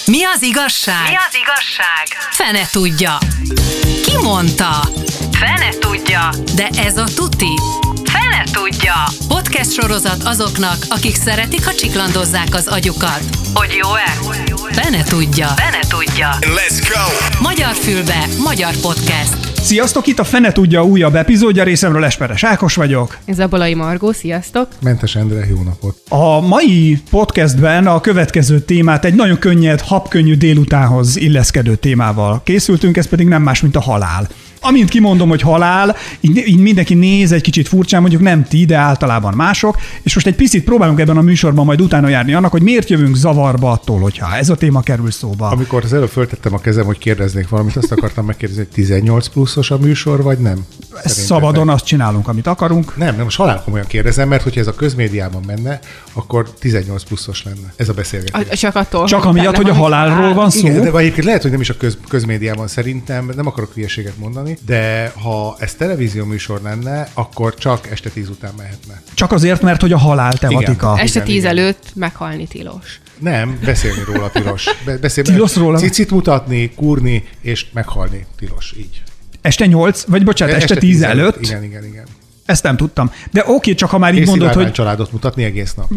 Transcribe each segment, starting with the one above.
Mi az igazság? Fene tudja. Ki mondta? Fene tudja. De ez a tuti. Fene tudja. Podcast sorozat azoknak, akik szeretik, ha csiklandozzák az agyukat. Hogy jó-e? Fene tudja. Let's go! Magyar fülbe, magyar podcast. Sziasztok, itt a Fene tudja újabb epizódja, részemről Esperes Ákos vagyok. Zabolai Margó, sziasztok! Mentes Endre, jó napot! A mai podcastben a következő témát egy nagyon könnyed, habkönnyű délutánhoz illeszkedő témával készültünk, ez pedig nem más, mint a halál. Amint kimondom, hogy halál, így mindenki néz egy kicsit furcsán, mondjuk nem ti, de általában mások, és most egy picit próbálunk ebben a műsorban majd utána járni annak, hogy miért jövünk zavarba attól, hogyha ez a téma kerül szóba. Amikor az előbb föltettem a kezem, hogy kérdeznék valamit, azt akartam megkérdezni, hogy 18 pluszos a műsor, vagy nem? Szabadon azt csinálunk, amit akarunk. Nem, most halálkomolyan kérdezem, mert hogyha ez a közmédiában menne, akkor 18 pluszos lenne ez a beszélgetés. Csak amiatt, hogy a halálról van szó? Igen, de egyébként lehet, hogy nem is a közmédiában szerintem, nem akarok hülyeséget mondani, de ha ez televízió műsor lenne, akkor csak este 10 után mehetne. Csak azért, mert hogy a halál tematika. Igen, este 10 előtt meghalni tilos. Nem, beszélni róla tilos. Tilos róla? Cicit mutatni, kurni és meghalni tilos, így. Este 8, vagy bocsánat, este 10 előtt? Igen. Ezt nem tudtam. De oké, csak ha már így mondod, hogy... családot mutatni egész nap.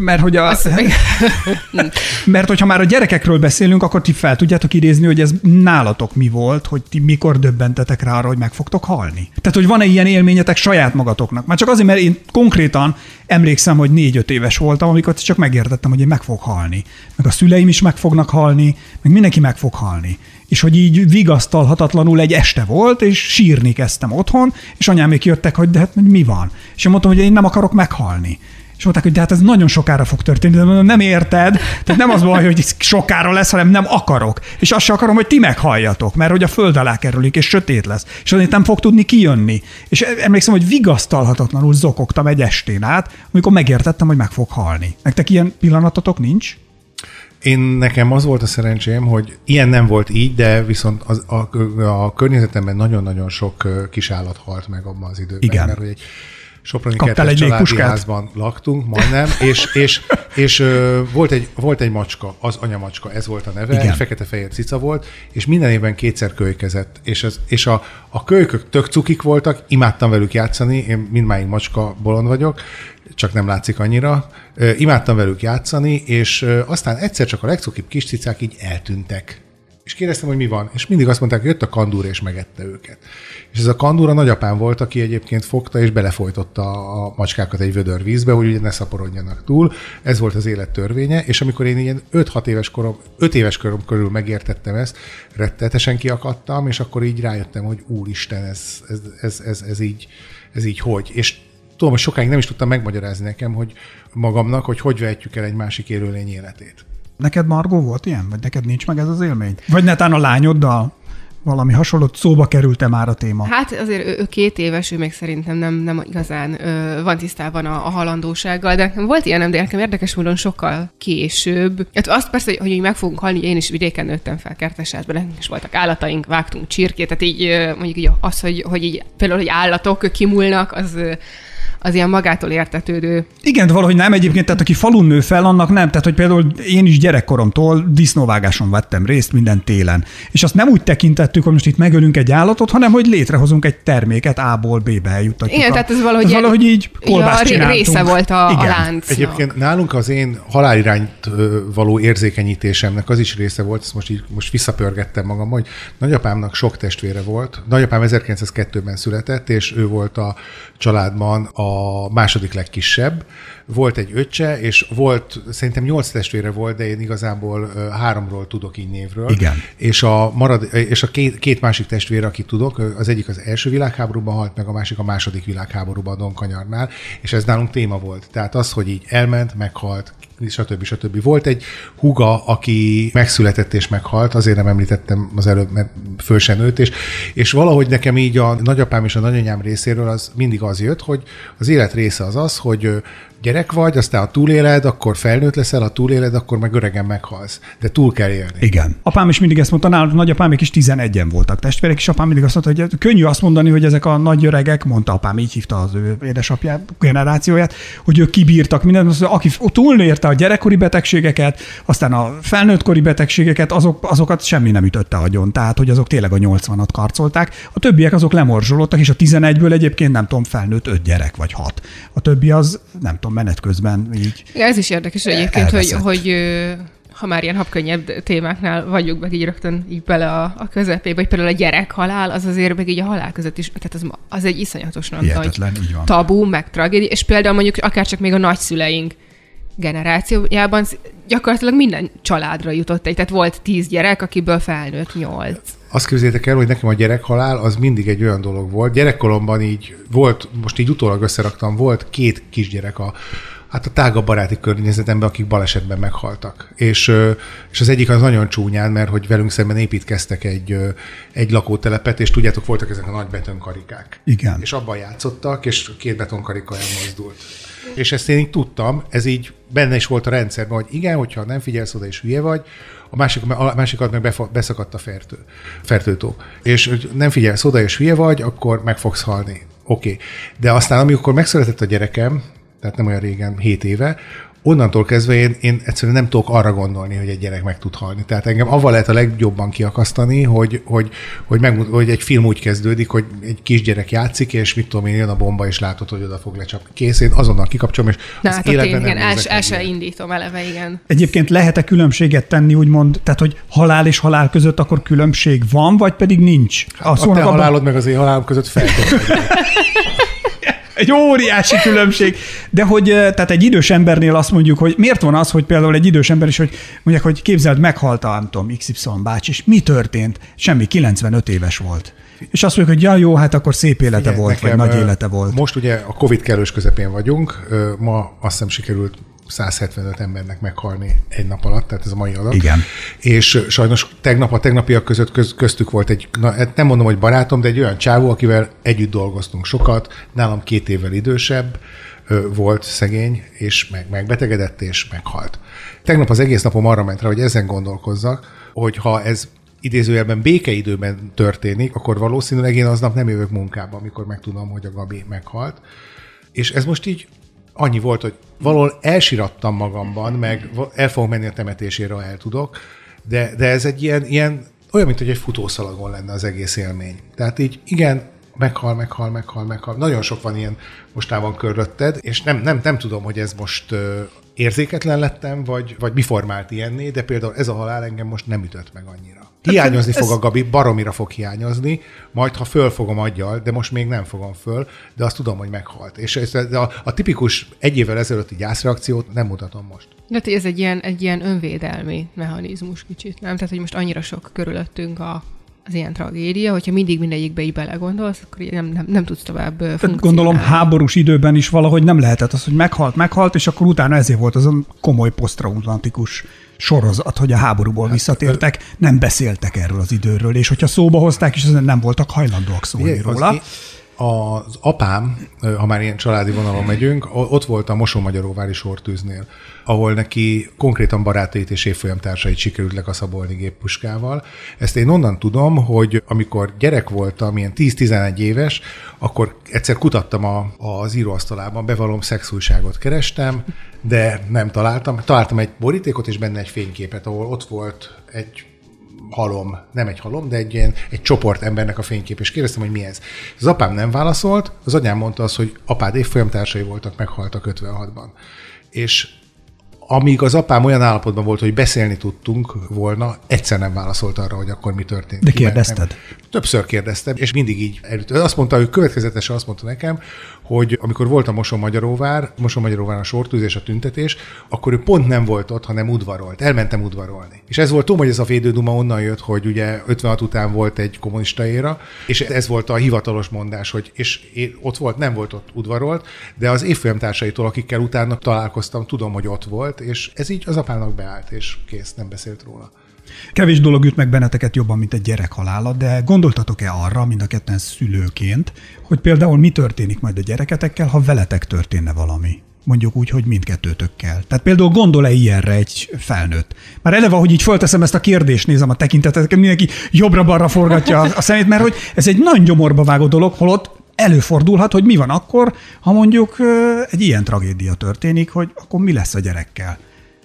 Mert hogyha már a gyerekekről beszélünk, akkor ti fel tudjátok idézni, hogy ez nálatok mi volt, hogy ti mikor döbbentetek rá arra, hogy meg fogtok halni. Tehát, hogy van-e ilyen élményetek saját magatoknak? Már csak azért, mert én konkrétan emlékszem, hogy 4-5 éves voltam, amikor csak megértettem, hogy én meg fog halni. Meg a szüleim is meg fognak halni, meg mindenki meg fog halni. És hogy így vigasztalhatatlanul egy este volt, és sírni kezdtem otthon, és anyámék jöttek, hogy de hát mi van? És én mondtam, hogy én nem akarok meghalni. És mondták, hogy de hát ez nagyon sokára fog történni, de mondom, nem érted, tehát nem az baj, hogy sokára lesz, hanem nem akarok. És azt sem akarom, hogy ti meghalljatok, mert hogy a föld alá kerülik, és sötét lesz. És azért nem fog tudni kijönni. És emlékszem, hogy vigasztalhatatlanul zokogtam egy estén át, amikor megértettem, hogy meg fog halni. Nektek ilyen pillanatotok nincs? Nekem az volt a szerencsém, hogy ilyen nem volt így, de viszont a környezetemben nagyon-nagyon sok kisállat halt meg abban az időben. Igen. Mert hogy egy soproni kertes családi házban laktunk, majdnem, és volt egy macska, az anyamacska, ez volt a neve, egy fekete-fehér cica volt, és minden évben kétszer kölykezett, és a kölykök tök cukik voltak, imádtam velük játszani, én mindmáig macska bolond vagyok, csak nem látszik annyira. Imádtam velük játszani, és aztán egyszer csak a legcukibb kis cicák így eltűntek. És kérdeztem, hogy mi van, és mindig azt mondták, hogy jött a kandúr, és megette őket. És ez a kandúr a nagyapám volt, aki egyébként fogta, és belefolytotta a macskákat egy vödör vízbe, hogy ugye ne szaporodjanak túl. Ez volt az élet törvénye, és amikor én ilyen 5 éves korom körül megértettem ezt, rettenetesen kiakadtam, és akkor így rájöttem, hogy úristen, ez így hogy. És tudom, hogy sokáig nem is tudtam megmagyarázni nekem, hogy magamnak, hogy vehetjük el egy másik élőlény életét. Neked, Margó, volt ilyen? Vagy neked nincs meg ez az élmény? Vagy netán a lányoddal valami hasonló, szóba került-e már a téma? Hát azért ő 2 éves, ő még szerintem nem igazán van tisztában a halandósággal, de nekem volt ilyen, de nekem érdekes módon sokkal később. Hát azt persze, hogy így meg fogunk halni, én is vidéken nőttem fel Kertesházban, nekünk is voltak állataink, vágtunk csirkét, tehát így mondjuk így az, hogy így például, hogy állatok kimúlnak, az ilyen magától értetődő. Igen, de valahogy nem egyébként, tehát aki falun nő fel, annak nem. Tehát, hogy például én is gyerekkoromtól disznóvágáson vettem részt minden télen. És azt nem úgy tekintettük, hogy most itt megölünk egy állatot, hanem hogy létrehozunk egy terméket A-ból B-be eljuttatjuk. Igen, tehát ez valahogy így kolbászt csináltunk. Része volt a lánc. Egyébként nálunk az én halálirányt való érzékenyítésemnek az is része volt, ezt most visszapörgettem magam, hogy nagyapámnak sok testvére volt. Nagyapám 1902-ben született, és ő volt a családban a második legkisebb. Volt egy öccse, és szerintem 8 testvére volt, de én igazából 3-ról tudok így névről. Igen. És a két másik testvére, akit tudok, az egyik az első világháborúban halt meg, a másik a második világháborúban Donkanyarnál, és ez nálunk téma volt. Tehát az, hogy így elment, meghalt, stb. Volt egy húga, aki megszületett és meghalt, azért nem említettem az előbb, mert föl se nőtt, és valahogy nekem így a nagyapám és a nagyanyám részéről az mindig az jött, hogy az élet része az, hogy gyerek vagy, aztán ha túléled, akkor felnőtt leszel, ha túléled, akkor meg öregen meghalsz. De túl kell élni. Igen. Apám is mindig ezt mondta, nálad nagyapámék is 11-en voltak testvérek, és apám mindig azt mondta, hogy könnyű azt mondani, hogy ezek a nagy öregek, mondta apám, így hívta az ő édesapját, generációját, hogy ők kibírtak mindent, aki túlérte a gyerekkori betegségeket, aztán a felnőttkori betegségeket, azokat semmi nem ütötte agyon. Tehát, hogy azok tényleg a 80-at karcolták. A többiek azok lemorzsolódtak, és a 11-ből egyébként nem tudom, felnőtt 5 gyerek vagy 6. A többi az nem tudom, menet közben így. Ja, ez is érdekes egyébként, hogy ha már ilyen habkönnyebb témáknál vagyunk meg így rögtön így bele a közepébe, vagy például a gyerekhalál, az azért meg így a halál között is, tehát az egy iszonyatosan nagy tabu, meg tragédia, és például mondjuk akárcsak még a nagyszüleink generációjában gyakorlatilag minden családra jutott egy, tehát volt 10 gyerek, akiből felnőtt 8. Azt képzeljétek el, hogy nekem a gyerekhalál az mindig egy olyan dolog volt. Gyerekkoromban így volt, most így utólag összeraktam, volt 2 kisgyerek a tágabb baráti környezetemben, akik balesetben meghaltak. És az egyik az nagyon csúnyán, mert hogy velünk szemben építkeztek egy lakótelepet, és tudjátok, voltak ezek a nagy betonkarikák. Igen. És abban játszottak, és 2 betonkarika elmozdult. És ezt én így tudtam, ez így benne is volt a rendszerben, hogy igen, hogyha nem figyelsz oda és hülye vagy, a másikat meg beszakadt a fertőtó. És nem figyelsz oda és hülye vagy, akkor meg fogsz halni. Oké. De aztán, amikor megszületett a gyerekem, tehát nem olyan régen, 7 éve, onnantól kezdve én egyszerűen nem tudok arra gondolni, hogy egy gyerek meg tud halni. Tehát engem avval lehet a legjobban kiakasztani, hogy egy film úgy kezdődik, hogy egy kisgyerek játszik, és mit tudom én, jön a bomba, és látod, hogy oda fog lecsapni. Kész, én azonnal kikapcsolom, és az életben nem el se indítom eleve, igen. Egyébként lehet-e különbséget tenni, úgymond, tehát hogy halál és halál között akkor különbség van, vagy pedig nincs? A te halálod meg az én halálom között feltétlenül. Egy óriási különbség. De hogy tehát egy idős embernél azt mondjuk, hogy miért van az, hogy például egy idős ember is, hogy mondják, hogy képzeld, meghalt a, nem tudom, XY bácsi, és mi történt? Semmi, 95 éves volt. És azt mondjuk, hogy ja, jó, hát akkor szép élete volt, vagy nagy élete volt. Most ugye a Covid kellős közepén vagyunk, ma azt hiszem sikerült 175 embernek meghalni egy nap alatt, tehát ez a mai adat. Igen. És sajnos a tegnapiak között köztük volt egy, nem mondom, hogy barátom, de egy olyan csávó, akivel együtt dolgoztunk sokat, nálam 2 évvel idősebb volt szegény, és megbetegedett, és meghalt. Tegnap az egész napom arra ment rá, hogy ezen gondolkozzak, hogy ha ez idézőjelben békeidőben történik, akkor valószínűleg én aznap nem jövök munkába, amikor megtudom, hogy a Gabi meghalt. És ez most így annyi volt, hogy valahol elsirattam magamban, meg el fogok menni a temetésére, ha el tudok, de ez egy ilyen olyan, mint hogy egy futószalagon lenne az egész élmény. Tehát így igen, meghal. Nagyon sok van ilyen mostában körülötted, és nem tudom, hogy ez most érzéketlen lettem, vagy mi formált ilyenné, de például ez a halál engem most nem ütött meg annyira. Hiányozni fog a Gabi, baromira fog hiányozni, majd ha fölfogom aggyal, de most még nem fogom föl, de azt tudom, hogy meghalt. És a tipikus 1 évvel ezelőtti gyászreakciót nem mutatom most. De ez egy ilyen önvédelmi mechanizmus kicsit, nem? Tehát, hogy most annyira sok körülöttünk az ilyen tragédia, hogyha mindig mindegyikbe így belegondolsz, akkor nem tudsz tovább funkcionálni. Gondolom háborús időben is valahogy nem lehetett az, hogy meghalt, és akkor utána ezért volt az a komoly posztraumatikus sorozat, hogy a háborúból visszatértek, nem beszéltek erről az időről, és hogyha szóba hozták, és nem voltak hajlandóak szólni róla. Az apám, ha már ilyen családi vonalon megyünk, ott volt a Mosonmagyaróvári sortűznél, ahol neki konkrétan barátait és évfolyamtársait sikerült lekaszabolni géppuskával. Ezt én onnan tudom, hogy amikor gyerek voltam, ilyen 10-11 éves, akkor egyszer kutattam az íróasztalában, bevallom, szexújságot kerestem, de nem találtam. Találtam egy borítékot, és benne egy fényképet, ahol ott volt egy halom, nem egy halom, de egy csoport embernek a fénykép, és kérdeztem, hogy mi ez. Az apám nem válaszolt, az anyám mondta azt, hogy apád évfolyamtársai voltak, meghaltak 56-ban. És amíg az apám olyan állapotban volt, hogy beszélni tudtunk volna, egyszer nem válaszolt arra, hogy akkor mi történt. De kérdezted? Többször kérdeztem, és mindig így elütött. Azt mondta, hogy következetesen azt mondta nekem, hogy amikor volt a Mosonmagyaróvár a sortűzés, a tüntetés, akkor ő pont nem volt ott, hanem udvarolt. Elmentem udvarolni. És ez volt, tudom, hogy ez a védőduma onnan jött, hogy ugye 56 után volt egy kommunista éra, és ez volt a hivatalos mondás, hogy és ott volt, nem volt ott, udvarolt, de az évfolyamtársaitól, akikkel utána találkoztam, tudom, hogy ott volt, és ez így az apának beállt, és kész, nem beszélt róla. Kevés dolog üt meg benneteket jobban, mint egy gyerek halála, de gondoltatok-e arra, mind a ketten szülőként, hogy például mi történik majd a gyereketekkel, ha veletek történne valami? mondjuk úgy, hogy mindkettőtökkel. Tehát például gondol-e ilyenre egy felnőtt? Már eleve, hogy így fölteszem ezt a kérdést, nézem a tekintetet, mindenki jobbra-balra forgatja a szemét, mert hogy ez egy nagyon gyomorba vágó dolog, holott előfordulhat, hogy mi van akkor, ha mondjuk egy ilyen tragédia történik, hogy akkor mi lesz a gyerekkel.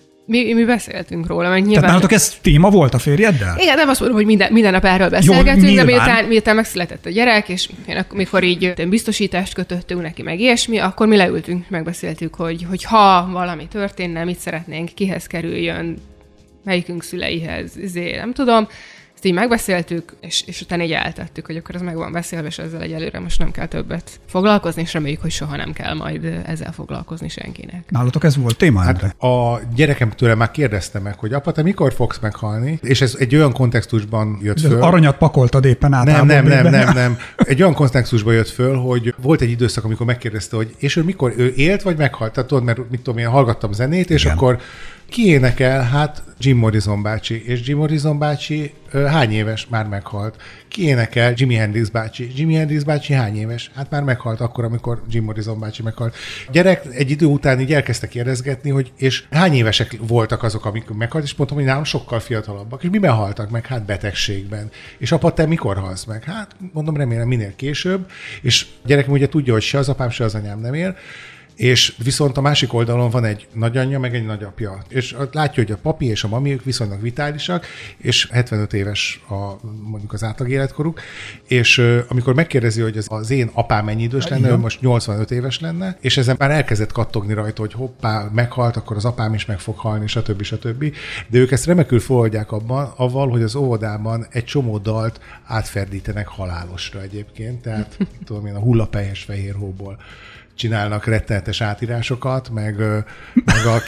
Mi beszéltünk róla, meg nyilván... Tehát nálatok ez téma volt a férjeddel? Igen, nem azt mondom, hogy minden nap erről beszélgetünk, de miután megszületett a gyerek, és amikor így biztosítást kötöttünk neki, meg ilyesmi, akkor mi leültünk, megbeszéltük, hogy ha valami történne, mit szeretnénk, kihez kerüljön, melyikünk szüleihez, nem tudom. Ezt így megbeszéltük, és utána így eltettük, hogy akkor ez meg van beszélve, és ezzel egyelőre most nem kell többet foglalkozni, és reméljük, hogy soha nem kell majd ezzel foglalkozni senkinek. Nálatok ez volt téma? Hát a gyerekemtől már kérdezte meg, hogy apa, te mikor fogsz meghalni? És ez egy olyan kontextusban jött föl. Aranyat pakoltad éppen át. Nem. Egy olyan kontextusban jött föl, hogy volt egy időszak, amikor megkérdezte, hogy és ő élt, vagy meghalt? Tehát tudod, mert mit tudom én, hallgattam zenét, és igen. Akkor ki énekel? Hát Jim Morrison bácsi. És Jim Morrison bácsi hány éves? Már meghalt. Ki énekel? Jimi Hendrix bácsi. Jimi Hendrix bácsi hány éves? Hát már meghalt akkor, amikor Jim Morrison bácsi meghalt. Gyerek egy idő után így elkezdte kérdezgetni, hogy és hány évesek voltak azok, amik meghalt, és mondtam, hogy nálam sokkal fiatalabbak. És miben haltak meg? Hát betegségben. És apa, te mikor halsz meg? Hát mondom, remélem minél később. És gyerekem ugye tudja, hogy se az apám, se az anyám nem él. És viszont a másik oldalon van egy nagyanyja, meg egy nagyapja. És látja, hogy a papi és a mami ők viszonylag vitálisak, és 75 éves mondjuk az átlag életkoruk, és amikor megkérdezi, hogy az én apám mennyi idős lenne, ő most 85 éves lenne, és ezen már elkezdett kattogni rajta, hogy hoppá, meghalt, akkor az apám is meg fog halni, stb. De ők ezt remekül feloldják avval, hogy az óvodában egy csomó dalt átferdítenek halálosra egyébként, tehát tudom én, a Hullapelyes fehér hóból csinálnak rettenetes átírásokat, meg a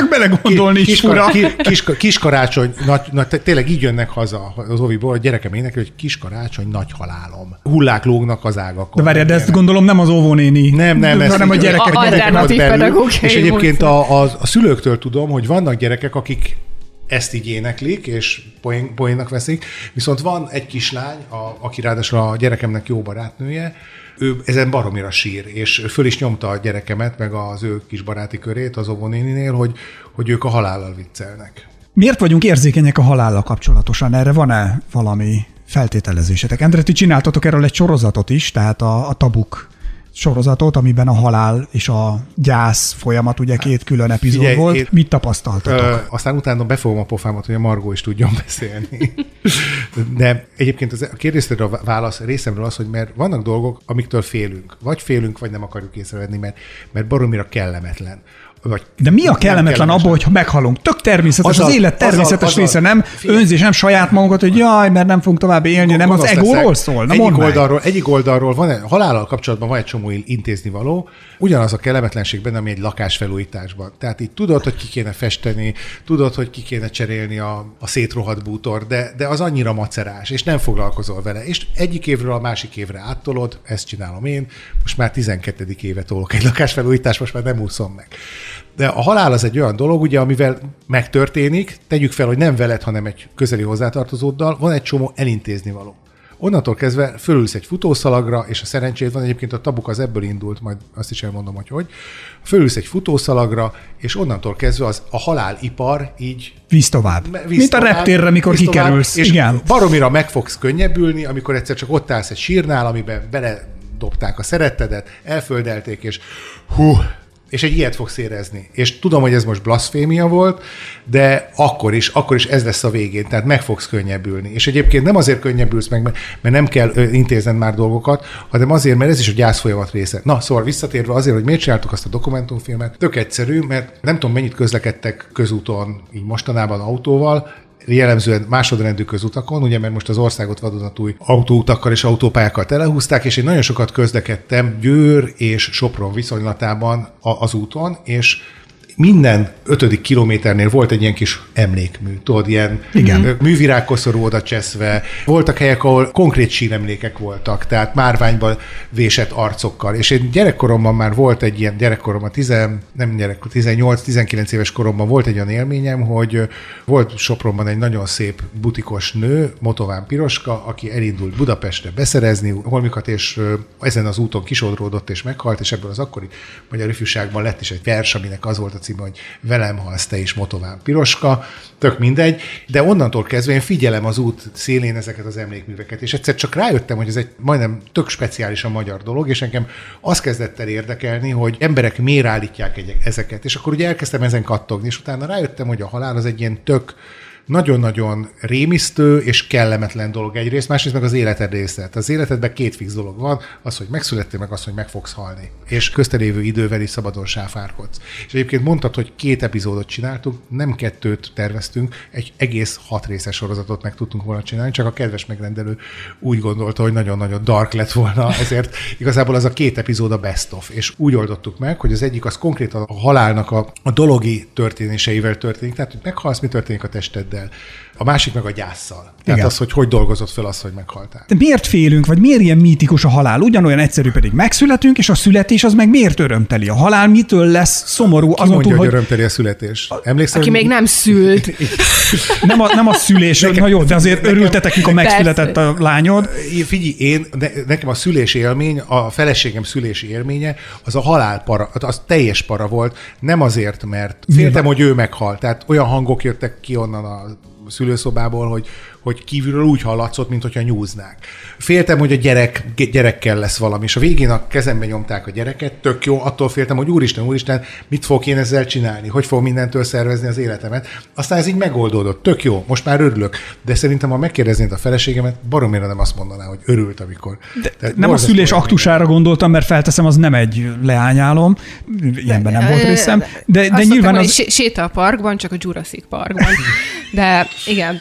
kiskarácsony, tényleg így jönnek haza az oviból, a gyerekem énekel, hogy kiskarácsony, nagy halálom. Hullák lógnak az ágakon. De várjál, de ezt gondolom nem az óvónéni. Nem, hanem a gyerekek. Alternatív pedagógiai. És egyébként a szülőktől tudom, hogy vannak gyerekek, akik ezt így éneklik, és poénnak veszik, viszont van egy kislány, aki ráadásul a gyerekemnek jó barátnője, ő ezen baromira sír, és föl is nyomta a gyerekemet, meg az ő kis baráti körét az óvónéninél, hogy ők a halállal viccelnek. Miért vagyunk érzékenyek a halállal kapcsolatosan? Erre van-e valami feltételezésetek? Endre, ti csináltatok erről egy sorozatot is, tehát a Tabuk sorozatot, amiben a halál és a gyász folyamat, ugye két külön epizód volt. Mit tapasztaltatok? Aztán utána befogom a pofámat, hogy a Margó is tudjon beszélni. De egyébként a kérdésre a válasz részemről az, hogy mert vannak dolgok, amiktől félünk. Vagy nem akarjuk észrevenni, mert baromira kellemetlen. De mi a kellemetlen abból, hogy meghalunk? Tök természetes, az élet természetes része, nem önzés, nem saját magunkat, hogy jaj, mert nem fogunk tovább élni, nem az egóról szól. Egyik oldalról van, halállal kapcsolatban van egy csomó intéznivaló, ugyanaz a kellemetlenség benne, ami egy lakásfelújításban. Tehát így tudod, hogy ki kéne festeni, tudod, hogy ki kéne cserélni a szétrohadt bútor, de az annyira macerás, és nem foglalkozol vele. És egyik évről a másik évre áttolod, ezt csinálom én, most már 12. éve tolok egy lakásfelújítást, most már nem úszom meg. De a halál az egy olyan dolog, ugye, amivel megtörténik, tegyük fel, hogy nem veled, hanem egy közeli hozzátartozóddal, van egy csomó elintézni való. Onnantól kezdve fölülsz egy futószalagra, és a szerencséd van, egyébként a Tabuk az ebből indult, majd azt is elmondom, hogy. Fölülsz egy futószalagra, és onnantól kezdve a halálipar így víz tovább. Mint a reptérre, mikor kikerülsz. És igen. Baromira meg fogsz könnyebbülni, amikor egyszer csak ott állsz egy sírnál, amiben beledobták a szerettedet, elföldelték, és és egy ilyet fogsz érezni. És tudom, hogy ez most blaszfémia volt, de akkor is ez lesz a végén, tehát meg fogsz könnyebbülni. És egyébként nem azért könnyebbülsz meg, mert nem kell intézned már dolgokat, hanem azért, mert ez is a gyászfolyamat része. Na, szóval visszatérve azért, hogy miért csináltuk azt a dokumentumfilmet, tök egyszerű, mert nem tudom, mennyit közlekedtek közúton így mostanában autóval, jellemzően másodrendű közutakon, ugye, mert most az országot vadonatúj autóutakkal és autópályákkal telehúzták, és én nagyon sokat közlekedtem Győr és Sopron viszonylatában az úton, és minden 5. kilométernél volt egy ilyen kis emlékmű, tudod, ilyen művirágkoszorú oda cseszve. Voltak helyek, ahol konkrét síremlékek voltak, tehát márványban vésett arcokkal. És én gyerekkoromban már volt egy ilyen, 18-19 éves koromban volt egy olyan élményem, hogy volt Sopronban egy nagyon szép butikos nő, Motován Piroska, aki elindult Budapestre beszerezni holmikat, és ezen az úton kisodródott és meghalt, és ebből az akkori magyar ifjúságban lett is egy vers, aminek az volt a címe, hogy Velem halsz te is, Motován Piroska, tök mindegy, de onnantól kezdve én figyelem az út szélén ezeket az emlékműveket, és egyszer csak rájöttem, hogy ez egy majdnem tök speciálisan magyar dolog, és engem azt kezdett el érdekelni, hogy emberek miért állítják ezeket, és akkor ugye elkezdtem ezen kattogni, és utána rájöttem, hogy a halál az egy ilyen tök nagyon-nagyon rémisztő és kellemetlen dolog egyrészt, másrészt meg az életed része. Az életedben 2 fix dolog van, az, hogy megszülettél, meg az, hogy meg fogsz halni. És köztelévő idővel is szabadon sáfárkodsz. És egyébként mondtad, hogy 2 epizódot csináltunk, nem 2 terveztünk, egy egész 6 részes sorozatot meg tudtunk volna csinálni, csak a kedves megrendelő úgy gondolta, hogy nagyon-nagyon dark lett volna, ezért igazából az a 2 epizód a best of. És úgy oldottuk meg, hogy az egyik az konkrétan a halálnak a dologi történéseivel történik, tehát hogy meghalsz, mi történik a testeddel. A másik meg a gyásszal. Tehát az, hogy dolgozott föl azt, hogy meghaltál. De miért félünk, vagy miért ilyen mítikus a halál? Ugyanolyan egyszerű, pedig megszületünk, és a születés az meg miért örömteli? A halál mitől lesz szomorú? Ki mondja, hogy örömteli a születés? Emlékszel, aki még nem szült. nem a szülés, na jó, de azért örültetek, mikor megszületett a lányod. Figyelj, nekem a szülési élmény, a feleségem szülési élménye, az a halálpara, az teljes para volt, nem azért, mert féltem, hogy ő meghal. Tehát olyan hangok jöttek ki onnan a szülőszobából, hogy kívülről úgy hallatszott, mint hogyha nyúznák. Féltem, hogy a gyerekkel lesz valami, és a végén a kezembe nyomták a gyereket, tök jó, attól féltem, hogy úristen, mit fogok én ezzel csinálni, hogy fogom mindentől szervezni az életemet. Aztán ez így megoldódott, tök jó, most már örülök, de szerintem, ha megkérdeznéd a feleségemet, baromira nem azt mondaná, hogy örült, amikor. Nem a szülés aktusára gondoltam, mert felteszem, az nem egy leányálom, ilyenben nem volt részem, de nyilván az... Séta a parkban, csak a Jurassic Parkban. De igen.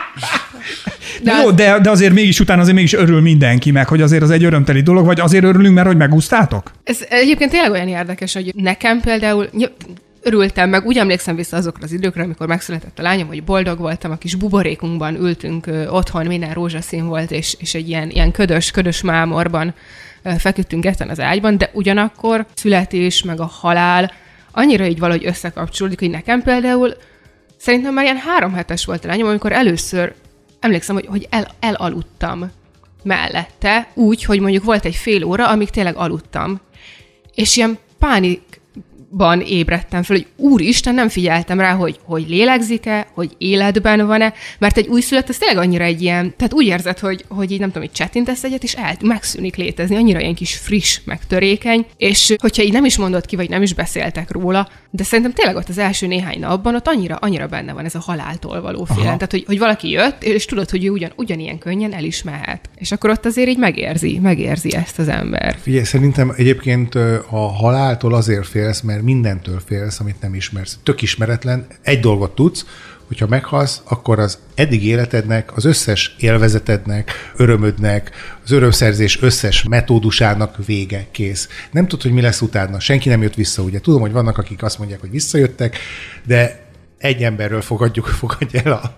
Jó, de azért mégis örül mindenki meg, hogy azért az egy örömteli dolog, vagy azért örülünk, mert hogy megúsztátok? Ez egyébként tényleg olyan érdekes, hogy nekem például örültem, meg úgy emlékszem vissza azokra az időkre, amikor megszületett a lányom, hogy boldog voltam, a kis buborékunkban ültünk otthon, minden rózsaszín volt, és egy ilyen ködös mámorban feküdtünk ezen az ágyban, de ugyanakkor születés, meg a halál annyira így valahogy összekapcsolódik, hogy nekem például szerintem már ilyen 3 hetes volt a lányom, amikor először emlékszem, hogy elaludtam mellette, úgy, hogy mondjuk volt egy fél óra, amíg tényleg aludtam. És ilyen pánikban ébredtem fel, hogy úristen, nem figyeltem rá, hogy lélegzik-e, hogy életben van-e, mert egy újszülött, ez tényleg annyira egy ilyen, tehát úgy érzed, hogy így nem tudom, hogy csettintesz egyet, és megszűnik létezni, annyira ilyen kis friss, meg törékeny, és hogyha így nem is mondod ki, vagy nem is beszéltek róla, de szerintem tényleg ott az első néhány napban ott annyira benne van ez a haláltól való félelem. Tehát, hogy valaki jött, és tudod, hogy ő ugyanilyen könnyen el is mehet. És akkor ott azért így megérzi ezt az ember. Figyelj, szerintem egyébként a haláltól azért félsz, mert mindentől félsz, amit nem ismersz. Tök ismeretlen. Egy dolgot tudsz, hogyha meghalsz, akkor az eddig életednek, az összes élvezetednek, örömödnek, az örömszerzés összes metódusának vége, kész. Nem tudod, hogy mi lesz utána. Senki nem jött vissza, ugye. Tudom, hogy vannak, akik azt mondják, hogy visszajöttek, de egy emberről fogadja el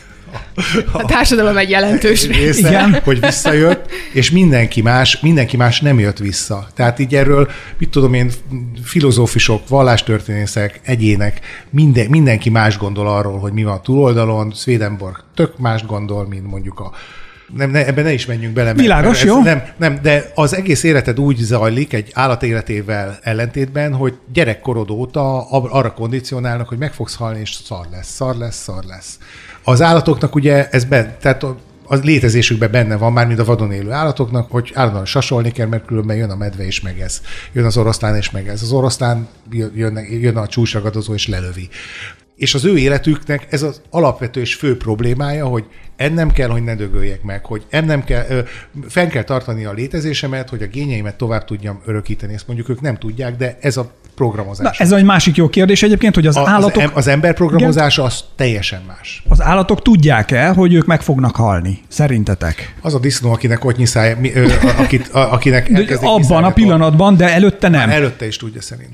a társadalom egy jelentős része, igen, hogy visszajött, és mindenki más nem jött vissza. Tehát így erről, mit tudom én, filozófusok, vallástörténészek, egyének, mindenki más gondol arról, hogy mi van a túloldalon. Swedenborg tök más gondol, mint mondjuk ebben ne is menjünk bele. Világos, jó? Nem, de az egész életed úgy zajlik egy állat életével ellentétben, hogy gyerekkorod óta arra kondicionálnak, hogy meg fogsz halni, és szar lesz. Az állatoknak ugye tehát az létezésükben benne van már, mint a vadon élő állatoknak, hogy állandóan sasolni kell, mert különben jön a medve és megesz. Jön az oroszlán és megesz. Az oroszlán jön a csúcsragadozó és lelövi. És az ő életüknek ez az alapvető és fő problémája, hogy ennem kell, hogy ne dögöljek meg, hogy ennem kell, fenn kell tartani a létezésemet, hogy a génjeimet tovább tudjam örökíteni. Ezt mondjuk ők nem tudják, de ez a programozás. Na, ez egy másik jó kérdés egyébként, hogy az állatok... Az ember programozása az teljesen más. Az állatok tudják-e, hogy ők meg fognak halni? Szerintetek? Az a disznó, akinek ott nyiszája, akinek elkezdik abban a pillanatban, de előtte nem. Előtte is tudja szerintem.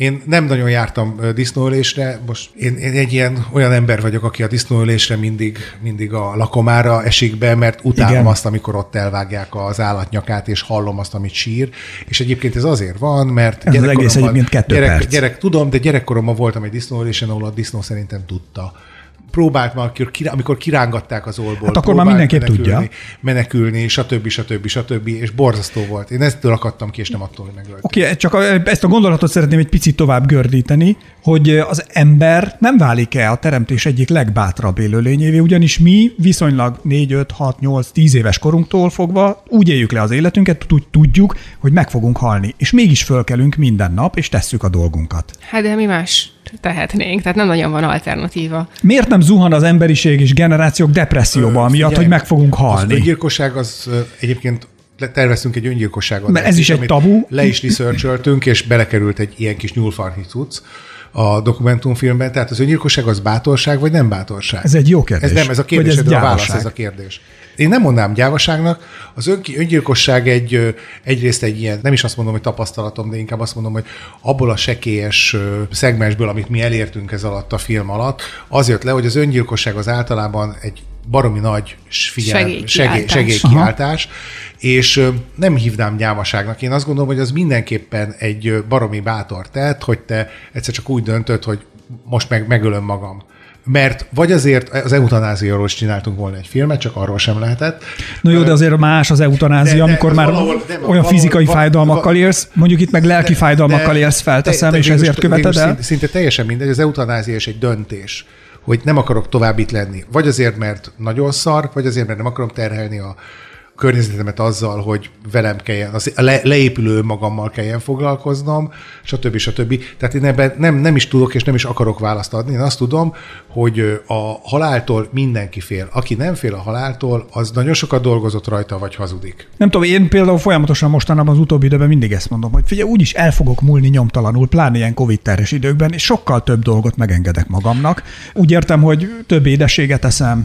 Én nem nagyon jártam disznóölésre, most én egy olyan ember vagyok, aki a disznóölésre mindig a lakomára esik be, mert utálom azt, amikor ott elvágják az állatnyakát, és hallom azt, amit sír. És egyébként ez azért van, mert ez az egész egyébként 2 perc. Tudom, de gyerekkoromban voltam egy disznóölésen, ahol a disznó szerintem tudta. Próbált már, amikor kirángatták az ollból. Hát akkor már mindenképp tudja. Menekülni, stb. És borzasztó volt. Én ettől akadtam ki, és nem attól, hogy megölték. Oké, csak ezt a gondolatot szeretném egy picit tovább gördíteni, hogy az ember nem válik-e a teremtés egyik legbátrabb élőlényévé, ugyanis mi viszonylag 4, 5, 6, 8, 10 éves korunktól fogva úgy éljük le az életünket, úgy tudjuk, hogy meg fogunk halni. És mégis fölkelünk minden nap, és tesszük a dolgunkat. Hát de mi más tehetnénk, tehát nem nagyon van alternatíva. Miért nem zuhan az emberiség és generációk depresszióba, amiatt, hogy meg fogunk halni? Az öngyilkosság az egyébként terveztünk egy öngyilkosságot. Mert ez is egy tabu. Le is researcholtunk, és belekerült egy ilyen kis nyúlfarhi cucc a dokumentumfilmben. Tehát az öngyilkosság az bátorság, vagy nem bátorság? Ez egy jó kérdés. Ez a kérdés, de a válasz ez a kérdés. Én nem mondanám gyávaságnak, az öngyilkosság egyrészt egy ilyen, nem is azt mondom, hogy tapasztalatom, de inkább azt mondom, hogy abból a sekélyes szegmensből, amit mi elértünk ez alatt a film alatt, az jött le, hogy az öngyilkosság az általában egy baromi nagy segélykiáltás, és nem hívnám gyávaságnak. Én azt gondolom, hogy az mindenképpen egy baromi bátor tett, hogy te egyszer csak úgy döntöd, hogy most megölöm magam. Mert vagy azért az eutanáziáról is csináltunk volna egy filmet, csak arról sem lehetett. No jó, de azért más az eutanázia, amikor már olyan fizikai fájdalmakkal élsz, mondjuk itt meg lelki fájdalmakkal élsz, felteszem, és ezért követed el. Szinte teljesen mindegy, az eutanázia is egy döntés, hogy nem akarok tovább itt lenni. Vagy azért, mert nagyon szar, vagy azért, mert nem akarom terhelni a környezetemet azzal, hogy velem kelljen, leépülő magammal kelljen foglalkoznom, stb. Tehát én ebben nem is tudok és nem is akarok választ adni. Én azt tudom, hogy a haláltól mindenki fél. Aki nem fél a haláltól, az nagyon sokat dolgozott rajta, vagy hazudik. Nem tudom, én például folyamatosan mostanában az utóbbi időben mindig ezt mondom, hogy figyelj, úgyis el fogok múlni nyomtalanul, pláne ilyen Covid-terhes időkben, és sokkal több dolgot megengedek magamnak. Úgy értem, hogy több édességet eszem,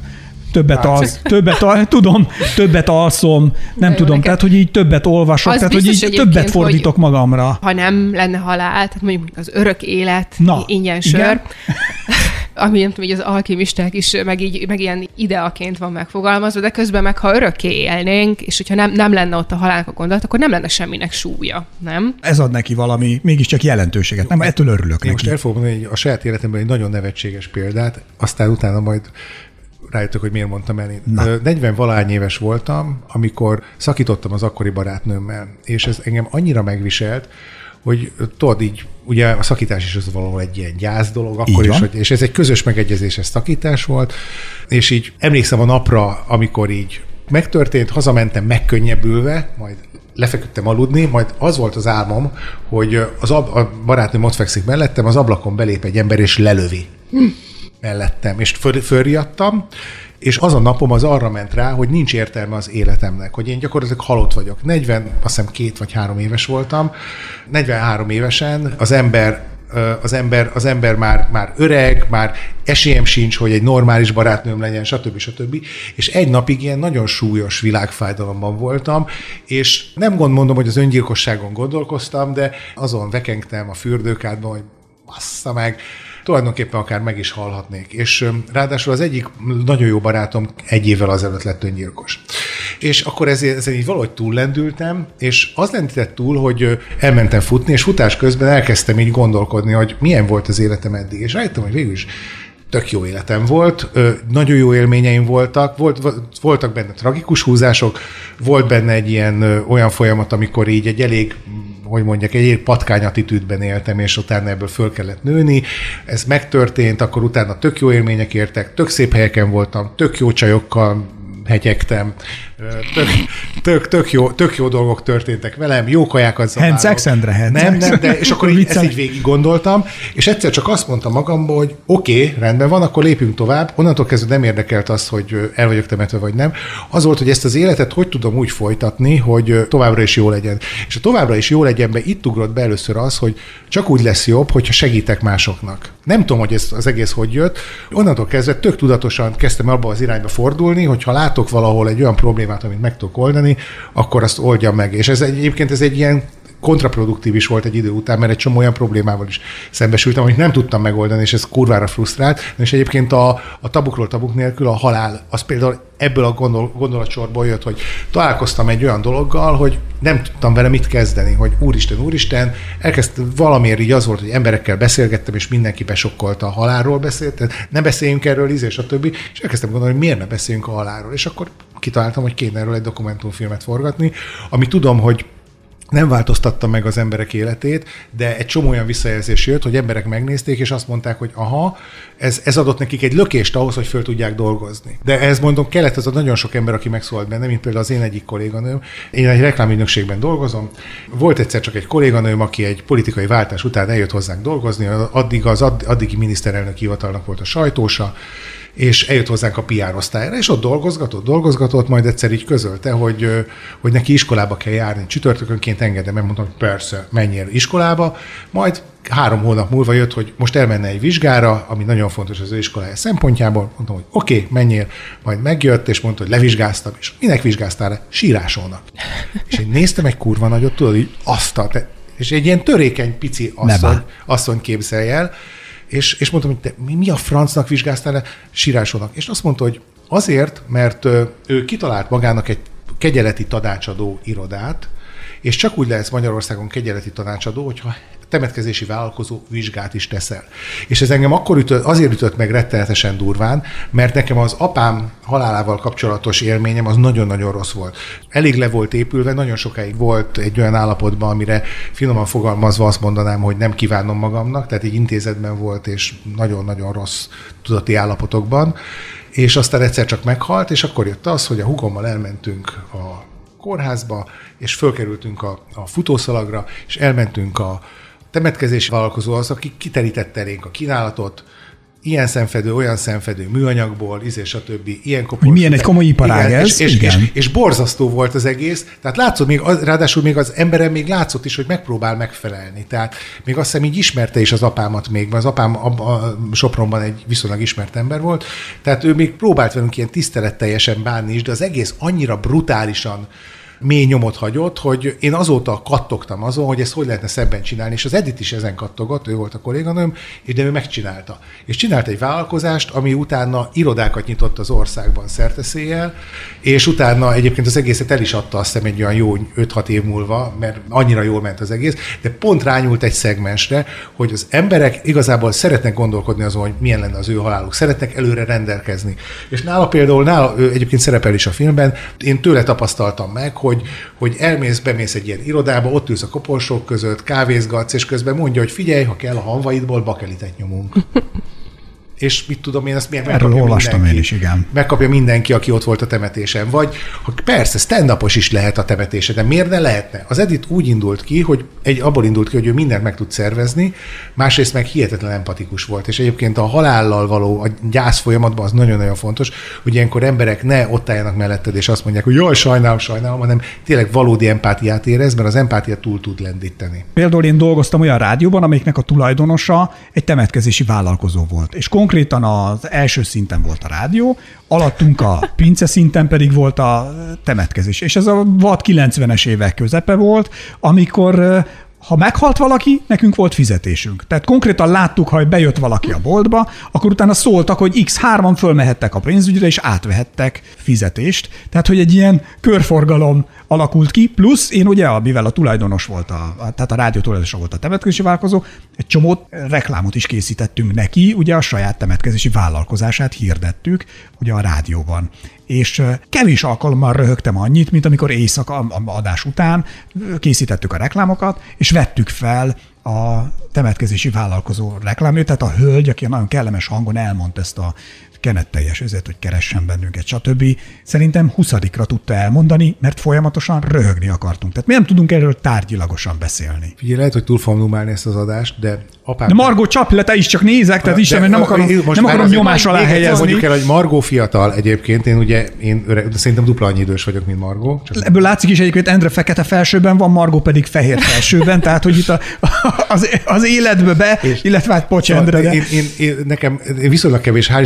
többet alszom, nem tudom, tehát, hogy így többet olvasok, tehát, hogy így többet fordítok magamra. Ha nem lenne halál, tehát mondjuk az örök élet, ingyen sör, ami nem tudom, hogy az alkimisták is meg ilyen ideaként van megfogalmazva, de közben meg, ha örökké élnénk, és hogyha nem lenne ott a halálnak a gondolat, akkor nem lenne semminek súlya, nem? Ez ad neki valami, mégiscsak jelentőséget. Nem, ettől örülök neki. Most el fogom mondani a saját életemben egy nagyon nevetséges példát, aztán utána majd rájöttök, hogy miért mondtam el. 40-valahány éves voltam, amikor szakítottam az akkori barátnőmmel, és ez engem annyira megviselt, hogy tudod így, ugye a szakítás is az valahol egy ilyen gyász dolog, akkor is, és ez egy közös megegyezéses szakítás volt, és így emlékszem a napra, amikor így megtörtént, hazamentem megkönnyebbülve, majd lefeküdtem aludni, majd az volt az álmom, hogy a barátnőm ott fekszik mellettem, az ablakon belép egy ember, és lelövi mellettem, és fölriadtam, és az a napom az arra ment rá, hogy nincs értelme az életemnek, hogy én gyakorlatilag halott vagyok. 40, azt hiszem 2 vagy 3 éves voltam, 43 évesen az ember már öreg, már esélyem sincs, hogy egy normális barátnőm legyen, stb. És egy napig ilyen nagyon súlyos világfájdalomban voltam, és nem mondom, hogy az öngyilkosságon gondolkoztam, de azon vekengtem a fürdőkádban, hogy bassza meg, tulajdonképpen akár meg is halhatnék. És ráadásul az egyik nagyon jó barátom 1 évvel azelőtt lett öngyilkos. És akkor ezen így valahogy túllendültem, és az lendített túl, hogy elmentem futni, és futás közben elkezdtem így gondolkodni, hogy milyen volt az életem eddig. És rájöttem, hogy végül is tök jó életem volt, nagyon jó élményeim voltak, voltak benne tragikus húzások, volt benne egy ilyen olyan folyamat, amikor így egy elég patkány attitűdben éltem, és utána ebből föl kellett nőni. Ez megtörtént, akkor utána tök jó élmények értek, tök szép helyeken voltam, tök jó csajokkal hegyektem, tök jó dolgok történtek velem, jó kajákat zabálok. Handsex, Endre, Nem, de és akkor ezt így végig gondoltam, és egyszer csak azt mondtam magamból, hogy oké, rendben van, akkor lépjünk tovább. Onnantól kezdve nem érdekelt az, hogy el vagyok temetve, vagy nem. Az volt, hogy ezt az életet hogy tudom úgy folytatni, hogy továbbra is jó legyen. És a továbbra is jó legyenbe itt ugrott be először az, hogy csak úgy lesz jobb, hogyha segítek másoknak. Nem tudom, hogy ez az egész hogy jött. Onnantól kezdve tök tudatosan kezdtem abba az irányba fordulni, hogyha látok valahol egy olyan problémát, amit meg tudok oldani, akkor azt oldjam meg. És ez egyébként egy ilyen kontraproduktív is volt egy idő után, mert egy csomó olyan problémával is szembesültem, amit nem tudtam megoldani, és ez kurvára frusztrált. És egyébként a tabukról tabuk nélkül a halál, az például ebből a gondolatsorból jött, hogy találkoztam egy olyan dologgal, hogy nem tudtam vele mit kezdeni, hogy úristen, valamiért így az volt, hogy emberekkel beszélgettem, és mindenki besokkolta a halálról beszélt, ne beszéljünk erről, és a többi, és elkezdtem gondolni, hogy miért ne beszéljünk a halálról, és akkor kitaláltam, hogy kéne erről egy dokumentumfilmet forgatni, ami tudom, hogy nem változtatta meg az emberek életét, de egy csomó olyan visszajelzés jött, hogy emberek megnézték, és azt mondták, hogy aha, ez adott nekik egy lökést ahhoz, hogy föl tudják dolgozni. De ez mondom, kellett az a nagyon sok ember, aki megszólalt benne, mint például az én egyik kolléganőm. Én egy reklámügynökségben dolgozom. Volt egyszer csak egy kolléganőm, aki egy politikai váltás után eljött hozzánk dolgozni, addigi miniszterelnök hivatalnak volt a sajtósa, és eljött hozzánk a PR osztályra, és ott dolgozgatott, majd egyszer így közölte, hogy neki iskolába kell járni. Csütörtökönként engedem, megmondtam, hogy persze, menjél iskolába. Majd 3 hónap múlva jött, hogy most elmenne egy vizsgára, ami nagyon fontos az ő iskolája szempontjából. Mondtam, hogy oké, menjél. Majd megjött, és mondta, hogy levizsgáztam. És minek vizsgáztál le? Sírásónak. És én néztem egy kurva nagyot, tudod, így és egy ilyen törékeny, pici asszony képzelj el, és mondtam, hogy te mi a francnak vizsgáztál le? Sírásónak. És azt mondta, hogy azért, mert ő kitalált magának egy kegyeleti tanácsadó irodát, és csak úgy lehetsz Magyarországon kegyeleti tanácsadó, hogyha temetkezési vállalkozó vizsgát is teszel. És ez engem akkor azért ütött meg rettenetesen durván, mert nekem az apám halálával kapcsolatos élményem az nagyon-nagyon rossz volt. Elég le volt épülve, nagyon sokáig volt egy olyan állapotban, amire finoman fogalmazva azt mondanám, hogy nem kívánom magamnak, tehát egy intézetben volt, és nagyon-nagyon rossz tudati állapotokban, és aztán egyszer csak meghalt, és akkor jött az, hogy a húgommal elmentünk a kórházba, és fölkerültünk a futószalagra, és elmentünk a temetkezési vállalkozó az, aki kiterítette elénk a kínálatot, ilyen szemfedő, olyan szemfedő, műanyagból, és a többi, ilyen kopor. Milyen egy komoly iparág ez. És borzasztó volt az egész, tehát látszott, ráadásul még az emberen még látszott is, hogy megpróbál megfelelni. Tehát még azt hiszem így ismerte is az apámat még, mert az apám a Sopronban egy viszonylag ismert ember volt, tehát ő még próbált velünk ilyen tiszteletteljesen bánni is, de az egész annyira brutálisan mély nyomot hagyott, hogy én azóta kattogtam azon, hogy ezt hogy lehetne szebben csinálni, és az Edith is ezen kattogott, ő volt a kolléganőm, de ő megcsinálta. És csinált egy vállalkozást, ami utána irodákat nyitott az országban szerteszéjjel, és utána egyébként az egészet el is adta, azt hiszem egy olyan jó 5-6 év múlva, mert annyira jól ment az egész, de pont rányúlt egy szegmensre, hogy az emberek igazából szeretnek gondolkodni azon, hogy milyen lenne az ő haláluk, szeretnek előre rendelkezni. És nála ő egyébként szerepel is a filmben, én tőle tapasztaltam meg, hogy bemész egy ilyen irodába, ott ülsz a koporsók között, kávézgatsz, és közben mondja, hogy figyelj, ha kell a hanvaidból, bakelitet nyomunk. És mit tudom én, ezt erről olvastam én is, igen. Megkapja mindenki, aki ott volt a temetésen. Vagy, hogy persze, stand-upos is lehet a temetése, de miért ne lehetne? Az Edith úgy indult ki, hogy abból indult ki, hogy ő mindent meg tud szervezni, másrészt meg hihetetlen empatikus volt. És egyébként a halállal való a gyász folyamatban az nagyon-nagyon fontos, hogy ilyenkor emberek ne ott álljanak melletted, és azt mondják, hogy jaj, sajnálom, hanem tényleg valódi empátiát érez, mert az empátia túl tud lendíteni. Például én dolgoztam olyan rádióban, amelyiknek a tulajdonosa egy temetkezési vállalkozó volt. És konkrétan az első szinten volt a rádió, alattunk a pince szinten pedig volt a temetkezés. És ez a vad 90-es évek közepe volt, amikor ha meghalt valaki, nekünk volt fizetésünk. Tehát konkrétan láttuk, ha bejött valaki a boltba, akkor utána szóltak, hogy X3-an fölmehettek a pénzügyre, és átvehettek fizetést. Tehát, hogy egy ilyen körforgalom alakult ki, plusz én ugye, mivel a tulajdonos volt, tehát a rádió tulajdonosa volt a temetkezési vállalkozó, egy csomó reklámot is készítettünk neki, ugye a saját temetkezési vállalkozását hirdettük, ugye a rádióban. És kevés alkalommal röhögtem annyit, mint amikor éjszaka adás után készítettük a reklámokat, és vettük fel a temetkezési vállalkozó reklámját, tehát a hölgy, aki nagyon kellemes hangon elmondta ezt a kenetteljes özet, hogy keressen bennünket, stb. Szerintem 20-ra tudta elmondani, mert folyamatosan röhögni akartunk. Tehát mi nem tudunk erről tárgyilagosan beszélni. Figyelj, lehet, hogy túl fogom numálni ezt az adást, de apám... De Margó, csapj le, te is csak nézek, tehát Istenem, nem akarom nyomás alá helyezni. Mondjuk el, hogy Margó fiatal egyébként, én öreg, de szerintem dupla annyi idős vagyok, mint Margó. Ebből látszik is egyébként, Endre fekete felsőben van, Margó pedig fehér felsőben, tehát hogy itt az életbe illetve hát pocs Endre. Én viszonylag kevés, hál' Istennek viszonylag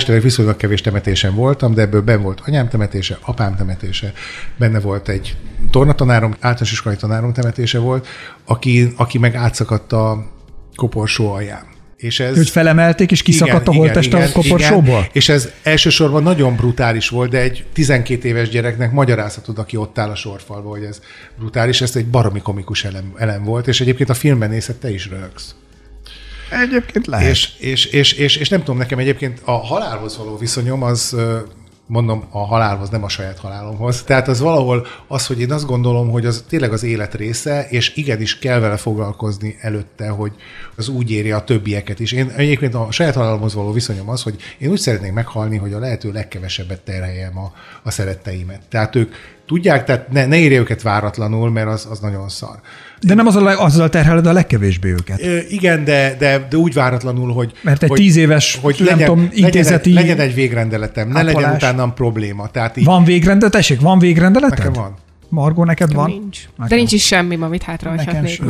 viszonylag kevés temetésen voltam, de ebből benn volt anyám temetése, apám temetése, benne volt egy tornatanárom, általános iskolai tanárom temetése volt, aki meg átszakadt a koporsó alján. És ez, hogy felemelték, és kiszakadt a holttest a koporsóból? Igen. És ez elsősorban nagyon brutális volt, de egy 12 éves gyereknek magyarázhatod, aki ott áll a sorfalba, hogy ez brutális. Ez egy baromi komikus elem volt, és egyébként a filmben nézed, te is röhögsz. Egyébként lehet. És nem tudom, nekem egyébként a halálhoz való viszonyom az... mondom, a halálhoz, nem a saját halálomhoz. Tehát az valahol az, hogy én azt gondolom, hogy az tényleg az élet része, és igenis kell vele foglalkozni előtte, hogy az úgy éri a többieket is. Én egyébként a saját halálomhoz való viszonyom az, hogy én úgy szeretnék meghalni, hogy a lehető legkevesebbet terheljem a szeretteimet. Tehát ők tudják, tehát ne érje őket váratlanul, mert az nagyon szar. De nem azzal terheled a legkevésbé őket. Igen, de úgy váratlanul, hogy... Mert egy 10 éves, hogy intézeti... Legyen egy végrendeletem, ne legyen utánam probléma. Tehát így... Van végrendelet? Tessék, van végrendelet? Nekem van. Margó, neked van? Nincs. De nincs is semmi, amit hátrahagyhatnék.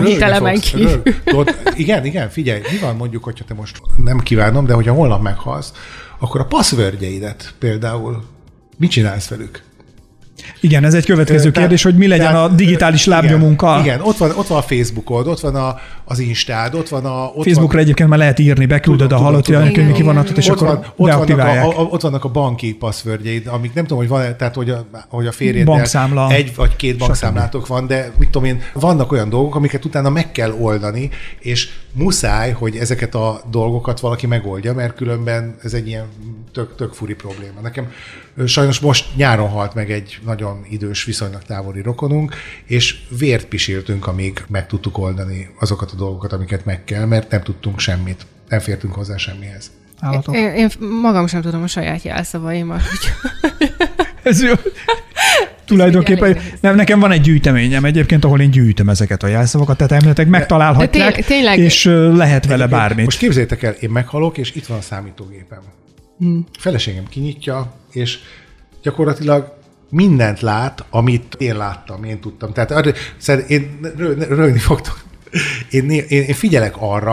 Igen, figyelj, mi van mondjuk, hogyha te most nem kívánom, de hogyha holnap meghalsz, akkor a passwordjeidet például mit csinálsz velük? Igen, ez egy következő kérdés, hogy mi legyen a digitális lábnyomunkkal. Igen, ott van a Facebookod, ott van az Instád, ott van a... Facebookra egyébként már lehet írni, beküldöd a halott jelentőnyi kivonatot, és akkor deaktiválják. Ott vannak a banki passwordjeid, amik nem tudom, hogy van, tehát hogy a férjeddel bankszámla, egy vagy két bankszámlátok van, de mit tudom én, vannak olyan dolgok, amiket utána meg kell oldani, és muszáj, hogy ezeket a dolgokat valaki megoldja, mert különben ez egy ilyen tök furi probléma. Nekem sajnos most nyáron halt meg egy nagyon idős, viszonylag távoli rokonunk, és vért pisiltünk, amíg meg tudtuk oldani azokat a dolgokat, amiket meg kell, mert nem tudtunk semmit, nem fértünk hozzá semmihez. Én magam sem tudom a saját jelszavaimat. Ez jó. Tulajdonképpen nekem van egy gyűjteményem egyébként, ahol én gyűjtöm ezeket a jelszavakat, tehát elméletek megtalálhatják, tényleg, és lehet vele bármit. Most képzeljétek el, én meghalok, és itt van a számítógépem. Feleségem kinyitja, és gyakorlatilag mindent lát, amit én láttam, én tudtam. Tehát én rögni fogtok. Én figyelek arra,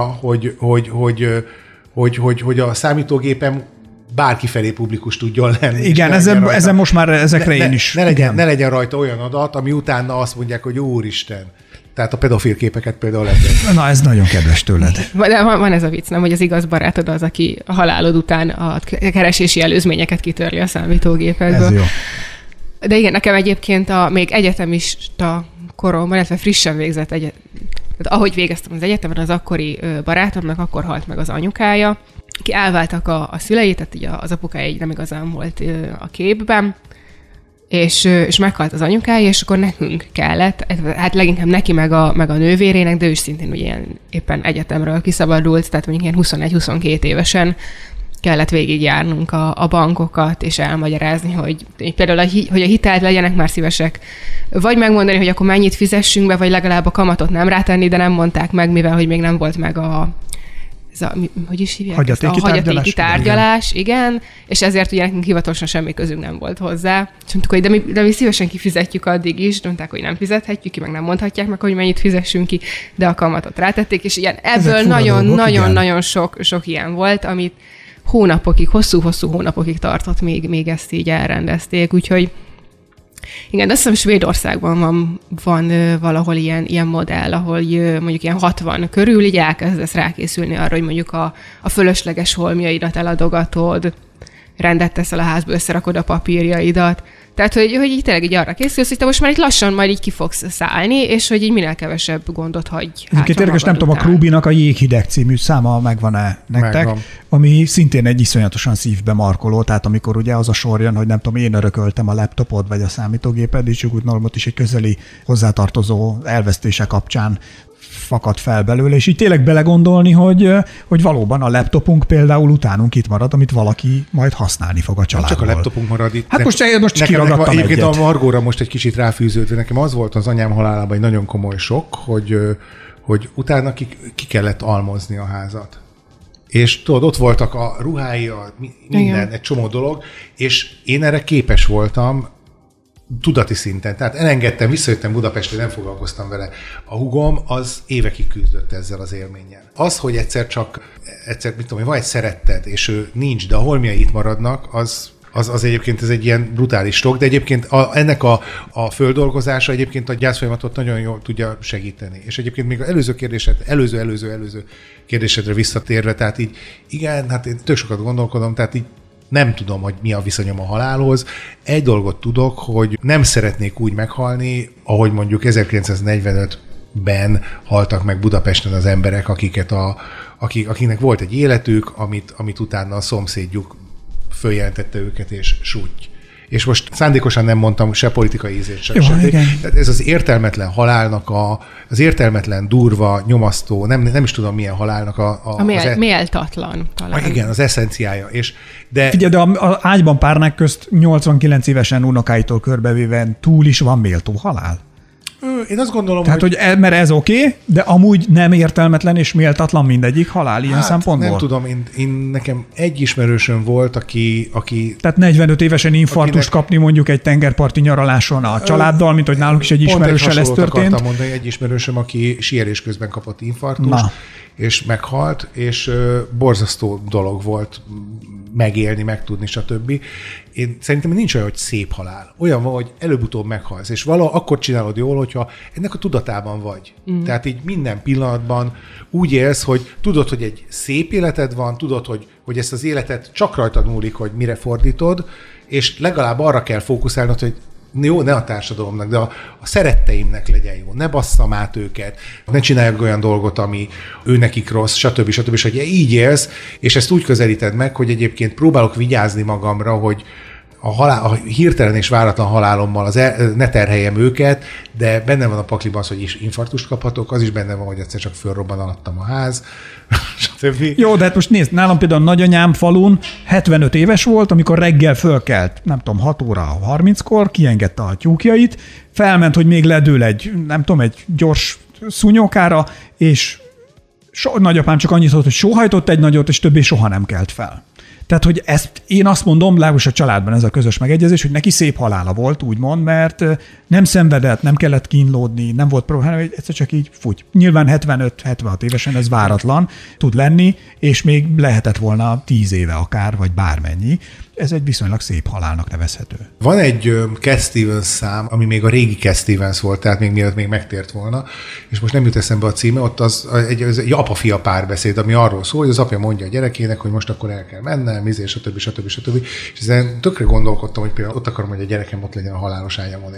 hogy a számítógépem bárki felé publikus tudjon lenni. Igen, ezen most már ezekre én is. Ne legyen rajta olyan adat, ami utána azt mondják, hogy úristen. Tehát a pedofil képeket például lehet. Na, ez nagyon kedves tőled. De van ez a vicc, nem, hogy az igaz barátod az, aki a halálod után a keresési előzményeket kitörli a számítógépekből. Ez jó. De igen, nekem egyébként még egyetemista koromban, illetve frissen végzett tehát ahogy végeztem az egyetemen, az akkori barátomnak akkor halt meg az anyukája, ki elváltak a szülei, tehát így az apukája így nem igazán volt a képben, és meghalt az anyukája, és akkor nekünk kellett, hát leginkább neki meg a nővérének, de ő is szintén ugye éppen egyetemről kiszabadult, tehát mondjuk ilyen 21-22 évesen kellett végigjárnunk a bankokat, és elmagyarázni, hogy például hogy a hitelt legyenek már szívesek, vagy megmondani, hogy akkor mennyit fizessünk be, vagy legalább a kamatot nem rátenni, de nem mondták meg, mivel hogy még nem volt meg hogy is hívják? Hagyatéki tárgyalás, igen, és ezért ugye nekünk hivatalosan semmi közünk nem volt hozzá. És mondtuk, hogy de mi szívesen kifizetjük addig is, mondták, hogy nem fizethetjük ki, meg nem mondhatják meg, hogy mennyit fizessünk ki, de a kamatot rátették, és igen, ebből nagyon-nagyon sok ilyen volt, amit hónapokig, hosszú-hosszú hónapokig tartott, még ezt így elrendezték, úgyhogy igen, de azt hiszem Svédországban van valahol ilyen modell, ahol mondjuk ilyen 60 körül így elkezdesz rákészülni arra, hogy mondjuk a fölösleges holmjaidat eladogatod, rendet teszel a házba, összerakod a papírjaidat. Tehát, hogy így tényleg így arra készülsz, hogy te most már itt lassan majd így ki fogsz szállni, és hogy így minél kevesebb gondot hagyj hátra magad nem tudom, a Krubinak a Jéghideg című száma megvan-e nektek? Megvan. Ami szintén egy iszonyatosan szívbe markoló, tehát amikor ugye az a sor jön, hogy nem tudom, én örököltem a laptopod vagy a számítógéped, és úgy normot is egy közeli hozzátartozó elvesztése kapcsán fakad fel belőle, és így tényleg belegondolni, hogy valóban a laptopunk például utánunk itt marad, amit valaki majd használni fog a családból. Csak a laptopunk marad itt. Hát most kiragadtam egyet. Egyébként a Margóra most egy kicsit ráfűződve, nekem az volt az anyám halálában egy nagyon komoly sok, hogy utána ki kellett almozni a házat. És tudod, ott voltak a ruhái, minden, egy csomó dolog, és én erre képes voltam, tudati szinten. Tehát elengedtem, visszajöttem Budapestre, nem foglalkoztam vele. A húgom az évekig küzdött ezzel az élménnyel. Az, hogy egyszer, mit tudom, van egy szeretted, és ő nincs, de a holmiai itt maradnak, az egyébként ez egy ilyen brutális stok, de egyébként ennek a földolgozása egyébként a gyászfolyamatot nagyon jól tudja segíteni. És egyébként még az előző kérdésedre visszatérve, tehát így igen, hát én tök sokat gondolkodom, tehát így nem tudom, hogy mi a viszonyom a halálhoz. Egy dolgot tudok, hogy nem szeretnék úgy meghalni, ahogy mondjuk 1945-ben haltak meg Budapesten az emberek, akiknek volt egy életük, amit utána a szomszédjuk följelentette őket, és súty. És most szándékosan nem mondtam se politikai ízét, se. Tehát ez az értelmetlen halálnak, az értelmetlen, durva, nyomasztó, nem is tudom milyen halálnak méltatlan talán. Igen, az eszenciája. Figyelj, de az ágyban párnák közt 89 évesen unokáitól körbevéve túl is van méltó halál. Én azt gondolom, hogy mert ez oké, de amúgy nem értelmetlen és méltatlan mindegyik halál ilyen szempontból. Nem tudom, én nekem egy ismerősöm volt, aki... Tehát 45 évesen infarktust kapni mondjuk egy tengerparti nyaraláson a családdal, mint hogy nálunk is egy ismerőssel ez történt. Akartam mondani, egy ismerősöm, aki síelés közben kapott infarktust, és meghalt, és borzasztó dolog volt megélni, megtudni, stb. Én szerintem nincs olyan, hogy szép halál. Olyan van, hogy előbb-utóbb meghalsz, és akkor csinálod jól, hogyha ennek a tudatában vagy. Tehát így minden pillanatban úgy élsz, hogy tudod, hogy egy szép életed van, tudod, hogy ezt az életet csak rajtad múlik, hogy mire fordítod, és legalább arra kell fókuszálnod, hogy jó, ne a társadalomnak, de a szeretteimnek legyen jó. Ne basszam át őket, ne csináljak olyan dolgot, ami őnekik rossz, stb. És hogy így élsz, és ezt úgy közelíted meg, hogy egyébként próbálok vigyázni magamra, hogy a hirtelen és váratlan halálommal ne terheljem őket, de benne van a pakliban az, hogy is infarktust kaphatok, az is benne van, hogy egyszer csak fölrobban alattam a ház, stb. Jó, de hát most nézd, nálam például nagyanyám falun 75 éves volt, amikor reggel fölkelt, nem tudom, 6 óra 30-kor, kiengedte a tyúkjait, felment, hogy még ledől egy gyors szúnyókára, és nagyapám csak annyit szólt, hogy sóhajtott egy nagyot, és többé soha nem kelt fel. Tehát, hogy ezt én azt mondom, legalábbis a családban ez a közös megegyezés, hogy neki szép halála volt, úgymond, mert nem szenvedett, nem kellett kínlódni, nem volt probléma, hogy egyszer csak így fúgy. Nyilván 75-76 évesen ez váratlan tud lenni, és még lehetett volna 10 éve akár, vagy bármennyi. Ez egy viszonylag szép halálnak nevezhető. Van egy Cat Stevens szám, ami még a régi Cat Stevens volt, tehát még mielőtt még megtért volna, és most nem jut eszembe a címe, ott az egy apa-fia párbeszéd, ami arról szól, hogy az apja mondja a gyerekének, hogy most akkor el kell mennem, stb. És ezen tökre gondolkodtam, hogy például ott akarom, hogy a gyerekem ott legyen a halálos ágyamon,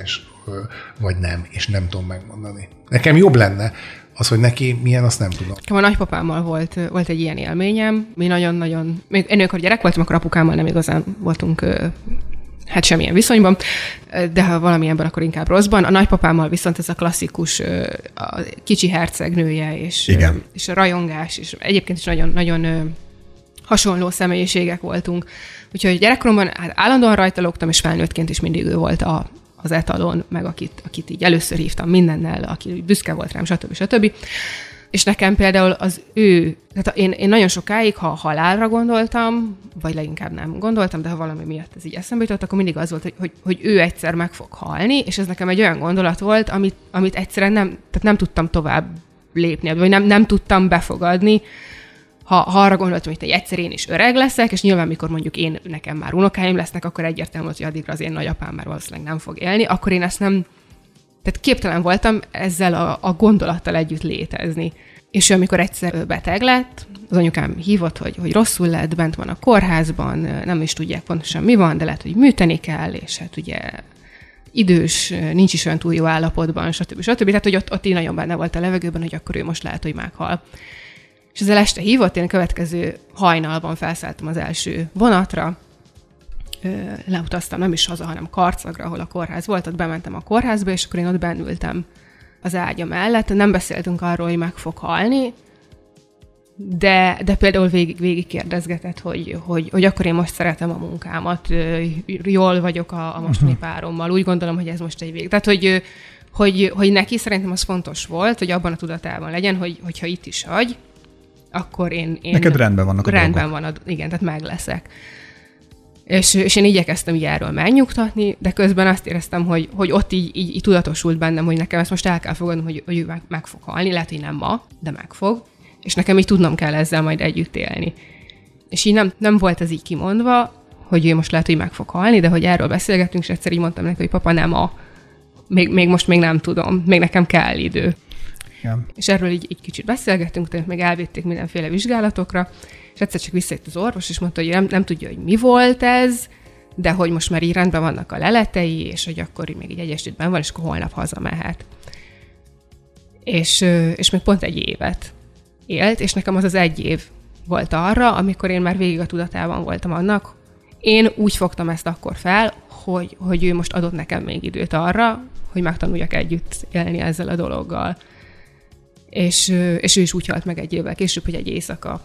vagy nem, és nem tudom megmondani. Nekem jobb lenne az, hogy neki milyen, azt nem tudom. A nagypapámmal volt egy ilyen élményem. Mi nagyon-nagyon... Még én amikor gyerek voltam, akkor apukámmal nem igazán voltunk semmilyen viszonyban, de ha valamilyenben, akkor inkább rosszban. A nagypapámmal viszont ez a klasszikus a kicsi hercegnője, és a rajongás, és egyébként is nagyon hasonló személyiségek voltunk. Úgyhogy gyerekkoromban állandóan rajta lógtam, és felnőttként is mindig ő volt az etalon, meg akit így először hívtam mindennel, aki büszke volt rám, stb. És nekem például az ő, tehát én nagyon sokáig, ha halálra gondoltam, vagy leginkább nem gondoltam, de ha valami miatt ez így eszembe jutott, akkor mindig az volt, hogy ő egyszer meg fog halni, és ez nekem egy olyan gondolat volt, amit egyszerűen nem tudtam tovább lépni, vagy nem tudtam befogadni, ha arra gondoltam, hogy egyszer én is öreg leszek, és nyilván mikor mondjuk nekem már unokáim lesznek, akkor egyértelmű, hogy addigra az én nagyapám már valószínűleg nem fog élni, akkor én ezt nem, tehát képtelen voltam ezzel a gondolattal együtt létezni. És amikor egyszer beteg lett, az anyukám hívott, hogy rosszul lett, bent van a kórházban, nem is tudják pontosan mi van, de lehet, hogy műteni kell, és hát ugye idős, nincs is olyan túl jó állapotban, stb. Tehát, hogy ott így nagyon benne volt a levegőben, hogy akkor ő most lehet, hogy meghal. És ezzel este hívott, én a következő hajnalban felszálltam az első vonatra, leutaztam nem is haza, hanem Karcagra, ahol a kórház volt, ott bementem a kórházba, és akkor én ott bennültem az ágya mellett. Nem beszéltünk arról, hogy meg fog halni, de például végig kérdezgetett, hogy akkor én most szeretem a munkámat, jól vagyok a mostani párommal, úgy gondolom, hogy ez most egy vég. Tehát, hogy neki szerintem az fontos volt, hogy abban a tudatában legyen, hogyha itt is hagy, akkor én... Neked rendben vannak a rendben van, igen, tehát meg leszek. És én igyekeztem így erről megnyugtatni, de közben azt éreztem, hogy ott így tudatosult bennem, hogy nekem ezt most el kell fogadnom, hogy ő meg fog halni, lehet, hogy nem ma, de meg fog, és nekem így tudnom kell ezzel majd együtt élni. És így nem volt ez így kimondva, hogy ő most lehet, hogy meg fog halni, de hogy erről beszélgettünk, és egyszer így mondtam neki, hogy papa, nem még most nem tudom, még nekem kell idő. Ja. És erről így kicsit beszélgettünk, tehát még elvitték mindenféle vizsgálatokra, és egyszer csak visszajött az orvos, és mondta, hogy nem tudja, hogy mi volt ez, de hogy most már így rendben vannak a leletei, és hogy akkor még így egyesítben van, és akkor holnap hazamehet. És még pont egy évet élt, és nekem az egy év volt arra, amikor én már végig a tudatában voltam annak. Én úgy fogtam ezt akkor fel, hogy ő most adott nekem még időt arra, hogy megtanuljak együtt élni ezzel a dologgal. És ő is úgy halt meg egy évvel később, hogy egy éjszaka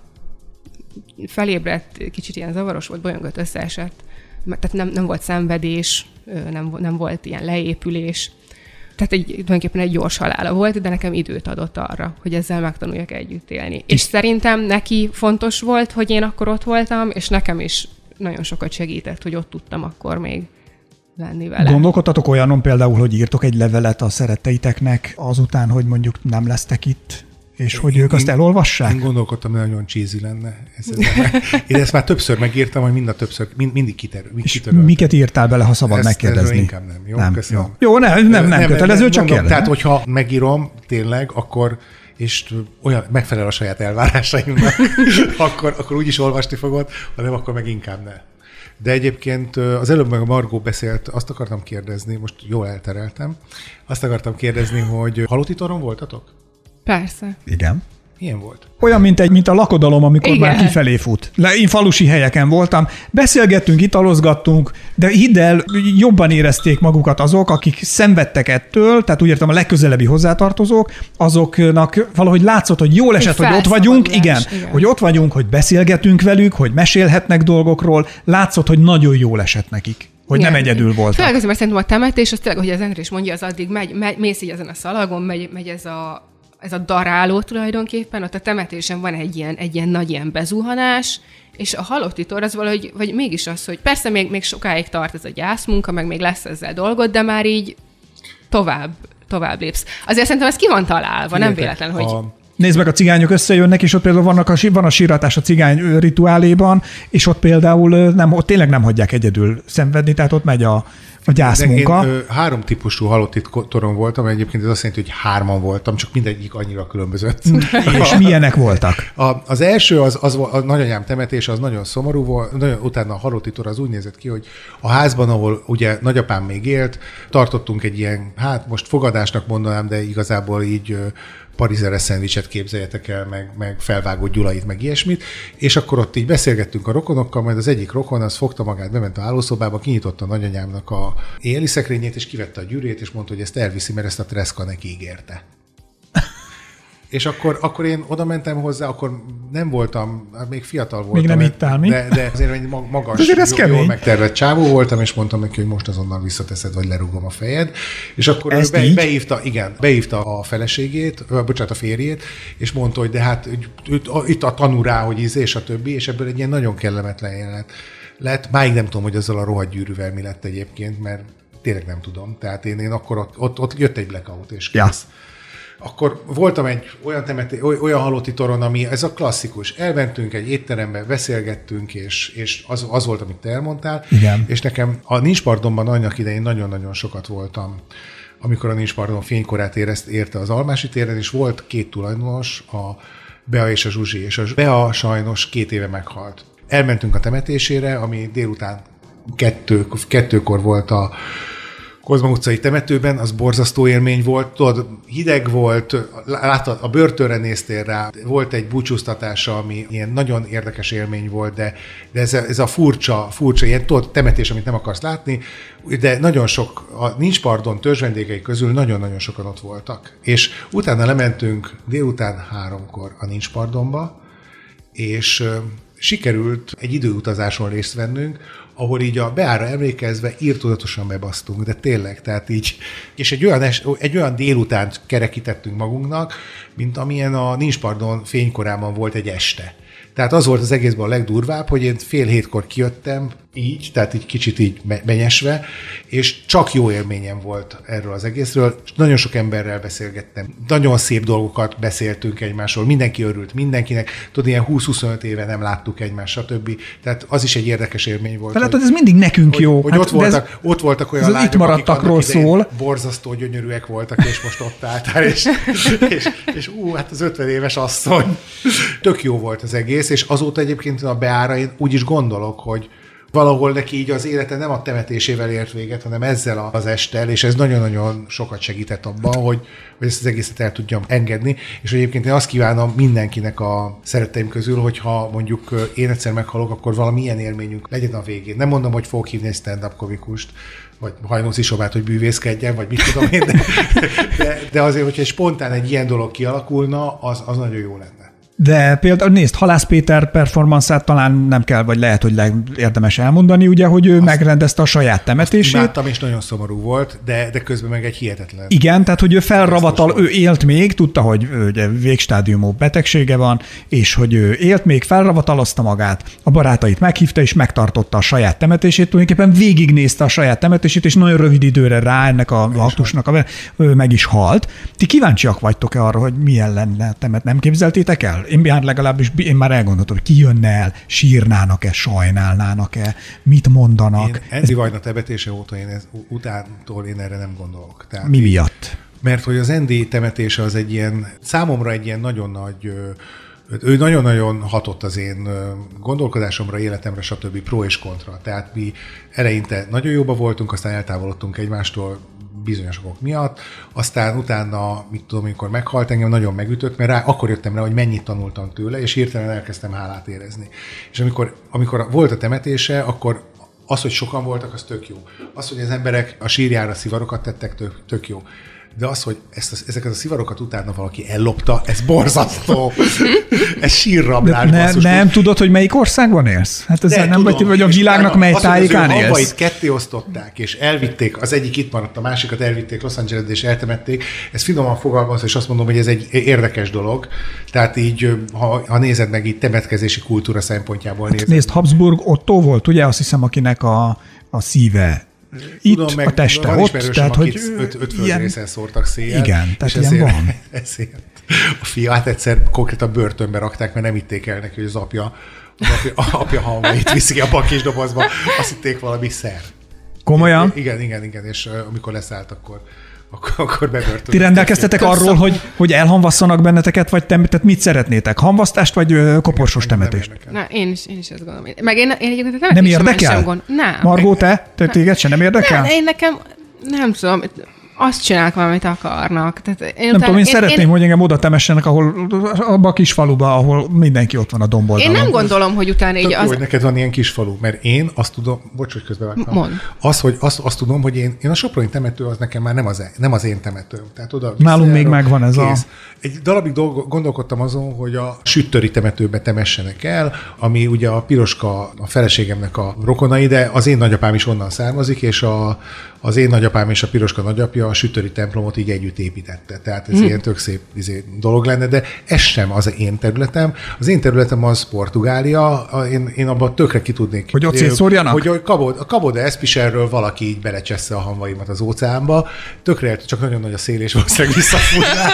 felébredt, kicsit ilyen zavaros volt, bolyongott, összeesett, tehát nem volt szenvedés, nem volt ilyen leépülés. Tehát tulajdonképpen egy gyors halála volt, de nekem időt adott arra, hogy ezzel megtanuljak együtt élni. És szerintem neki fontos volt, hogy én akkor ott voltam, és nekem is nagyon sokat segített, hogy ott tudtam akkor még lenni vele. Gondolkodtatok olyanon például, hogy írtok egy levelet a szeretteiteknek azután, hogy mondjuk nem lesztek itt, és hogy ők azt elolvassák? Én gondolkodtam, hogy nagyon cheesy lenne. Én ezt már többször megírtam, hogy mindig kitöröltem. Miket írtál bele, ha szabad megkérdezni? Inkább nem. Jó, nem. Jó, nem kötelező, csak kérdezem. Tehát, hogyha megírom tényleg, akkor és olyan megfelel a saját elvárásaimnak, akkor úgyis olvasni fogod, ha nem, akkor meg inkább ne. De egyébként az előbb meg a Margó beszélt, azt akartam kérdezni, most jól eltereltem, azt akartam kérdezni, hogy Halotti Toron voltatok? Persze. Igen. Milyen volt? Olyan, mint a lakodalom, amikor igen, már kifelé fut. Én falusi helyeken voltam, beszélgettünk, italozgattunk, de hidd el, jobban érezték magukat azok, akik szenvedtek ettől, tehát úgy értem a legközelebbi hozzátartozók, azoknak valahogy látszott, hogy jól esett, hogy ott vagyunk, igen, hogy ott vagyunk, hogy beszélgetünk velük, hogy mesélhetnek dolgokról, látszott, hogy nagyon jól esett nekik. Hogy igen, nem egyedül voltak. Főleg azért, mert szerintem a temetés, az tényleg, hogy az Endre is mondja, az addig mész így ezen a szalagon, megy ez a daráló tulajdonképpen, ott a temetésen van egy ilyen nagy ilyen bezuhanás, és a Halotti Tor az valahogy, vagy mégis az, hogy persze még sokáig tart ez a gyászmunka, meg még lesz ezzel dolgod, de már így tovább lépsz. Azért szerintem ez ki van találva, nem véletlen, hogy... Nézd meg, a cigányok összejönnek, és ott például van a síratás a cigány rituáléban, és ott például ott tényleg nem hagyják egyedül szenvedni, tehát ott megy a gyászmunka. Én 3 típusú Halotti Toron voltam, egyébként ez azt jelenti, hogy 3 voltam, csak mindegyik annyira különbözött. És milyenek voltak? Az első, az a nagyanyám temetése, az nagyon szomorú volt, utána a Halotti Tor az úgy nézett ki, hogy a házban, ahol ugye nagyapám még élt, tartottunk egy ilyen, most fogadásnak mondanám, de igazából így parizeres szendvicset képzeljetek el, meg felvágott gyulait, meg ilyesmit, és akkor ott így beszélgettünk a rokonokkal, majd az egyik rokon az fogta magát, bement a hálószobába, kinyitotta a nagyanyámnak a éjjeli szekrényét, és kivette a gyűrűjét, és mondta, hogy ezt elviszi, mert ezt a Treszka neki ígérte. És akkor én oda mentem hozzá, akkor nem voltam, még fiatal voltam. Még nem ittál, mi? De azért egy magas, jól megtervett csávó voltam, és mondtam neki, hogy most azonnal visszateszed, vagy lerúgom a fejed. És akkor ő beívta a feleségét, a férjét, és mondta, hogy de hát itt a tanú rá, hogy és a többi, és ebből egy ilyen nagyon kellemetlen jelenet lett. Máig nem tudom, hogy azzal a rohadt gyűrűvel mi lett egyébként, mert tényleg nem tudom. Tehát én akkor ott jött egy blackout, és kész. Ja. Akkor voltam egy olyan Halotti Toron, ami ez a klasszikus. Elmentünk egy étterembe, beszélgettünk, és az volt, amit te elmondtál. Igen. És nekem a Nincspartonban annak idején nagyon-nagyon sokat voltam, amikor a Nincsparton fénykorát érte az Almási téren, és volt 2 tulajdonos, a Bea és a Zsuzsi, és a Bea sajnos 2 éve meghalt. Elmentünk a temetésére, ami délután 2-kor volt a Kozma utcai temetőben, az borzasztó élmény volt, tudod, hideg volt, láttad, a börtönre néztél rá, volt egy búcsúztatása, ami ilyen nagyon érdekes élmény volt, de ez a furcsa ilyen tudod, temetés, amit nem akarsz látni, de nagyon sok, a Nincsparton törzsvendégei közül nagyon-nagyon sokan ott voltak. És utána lementünk délután 3-kor a Nincspartonba, és sikerült egy időutazáson részt vennünk, ahol így a Beára emlékezve írtózatosan bebasztunk, de tényleg, tehát így, és egy olyan délutánt kerekítettünk magunknak, mint amilyen a Nincsparton fénykorában volt egy este. Tehát az volt az egészben a legdurvább, hogy én 6:30 kijöttem, így, tehát így kicsit így benyesve, és csak jó élményem volt erről az egészről. Nagyon sok emberrel beszélgettem, nagyon szép dolgokat beszéltünk egymásról, mindenki örült mindenkinek, tudod, ilyen 20-25 éve nem láttuk egymást, stb. Tehát az is egy érdekes élmény volt. Tehát ez mindig nekünk jó. Hogy ott voltak olyan lányok, itt maradtakról szól. Borzasztó gyönyörűek voltak, és most ott álltál, és hát az 50 éves asszony. Tök jó volt az egész, és azóta egyébként a Beára én úgy is gondolok, hogy valahol neki így az élete nem a temetésével ért véget, hanem ezzel az esttel, és ez nagyon-nagyon sokat segített abban, hogy ezt az egészet el tudjam engedni. És egyébként én azt kívánom mindenkinek a szeretteim közül, hogyha mondjuk én egyszer meghalok, akkor valami ilyen élményünk legyen a végén. Nem mondom, hogy fogok hívni egy stand-up komikust, vagy Hajnóci Sobát, hogy bűvészkedjen, vagy mit tudom én, de azért, hogyha spontán egy ilyen dolog kialakulna, az nagyon jó lenne. De például nézd, Halász Péter performanszát talán nem kell, vagy lehet, hogy érdemes elmondani, ugye, hogy ő megrendezte a saját temetését. Imádtam, és nagyon szomorú volt, de közben meg egy hihetetlen. Igen, tehát, hogy ő felravatal, ő élt még, tudta, hogy végstádiumú betegsége van, és hogy ő élt még, felravatalozta magát, a barátait meghívta, és megtartotta a saját temetését, tulajdonképpen végignézte a saját temetését, és nagyon rövid időre rá ennek a aktusnak meg is halt. Ti kíváncsiak vagytok-e arra, hogy milyen lenne temet? Nem képzeltétek el? Én már elgondoltam, hogy ki jönne el, sírnának-e, sajnálnának-e, mit mondanak. Endi Vajna temetése óta utántól én erre nem gondolok. Tehát mi miatt? Mert hogy az Endi temetése az egy ilyen, számomra egy ilyen nagyon nagy, ő nagyon-nagyon hatott az én gondolkodásomra, életemre, stb. Pro és kontra. Tehát mi eleinte nagyon jóba voltunk, aztán eltávolodtunk egymástól, bizonyos okok miatt, aztán utána, mit tudom, amikor meghalt, engem nagyon megütött, mert akkor jöttem rá, hogy mennyit tanultam tőle, és hirtelen elkezdtem hálát érezni. És amikor volt a temetése, akkor az, hogy sokan voltak, az tök jó. Az, hogy az emberek a sírjára szivarokat tettek, tök jó. De az, hogy ezeket a szivarokat utána valaki ellopta, ez borzasztó. Ez sírrablás. Nem tudod, hogy melyik országban élsz? Hát ezzel nem tudom, vagy a világnak mely tájékán élsz? Havait ketté osztották, és elvitték, az egyik itt maradt, a másikat elvitték Los Angelesbe, és eltemették. Ez finoman fogalmaz, és azt mondom, hogy ez egy érdekes dolog. Tehát így, ha nézed meg így temetkezési kultúra szempontjából nézed. Nézd, Habsburg Otto volt, ugye, azt hiszem, akinek a szíve itt tudom, a teste van ott, tehát hogy öt földrészen szórtak széjjel. Igen, tehát ilyen van. Ezért a fiát egyszer konkrétan börtönbe rakták, mert nem vitték el neki, hogy az apja halmait viszik abba a kis dobozba, azt hitték valami szer. Komolyan? Igen, és amikor leszállt, akkor bebörtönöztek. Ti rendelkeztetek arról, hogy elhamvasszanak benneteket, vagy tehát mit szeretnétek? Hamvasztást, vagy koporsós temetést? Én is ezt gondolom. Meg én egyébként nem érdekel? Nem. Margó, te téged sem nem érdekel? Én nekem, nem tudom, azt csinálnak valamit akarnak. Tehát én szeretném, hogy engem oda temessenek, abba a kis faluba, ahol mindenki ott van a domboldalon. Én nem gondolom, hogy utána így az... hogy neked van ilyen kis falu, mert én azt tudom, bocs, hogy közbevágtam. Mond. Azt tudom, hogy én a soproni temető az nekem már nem az én temetőm. Tehát oda nálunk még megvan ez kész. Egy darabig gondolkodtam azon, hogy a Süttöri temetőbe temessenek el, ami ugye a Piroska, a feleségemnek a rokonai, de az én nagyapám is onnan származik, és az én nagyapám és a Piroska nagyapja a Süttöri templomot így együtt építette. Tehát ez ilyen tök szép dolog lenne, de ez sem az én területem. Az én területem az Portugália, én abban tökre ki tudnék. Hogy ott szétszórjanak? Hogy a Cabo de Espicherről valaki így belecsessze a hamvaimat az óceánba. Tökre csak nagyon nagy a szél, és valószínűleg visszafúrná.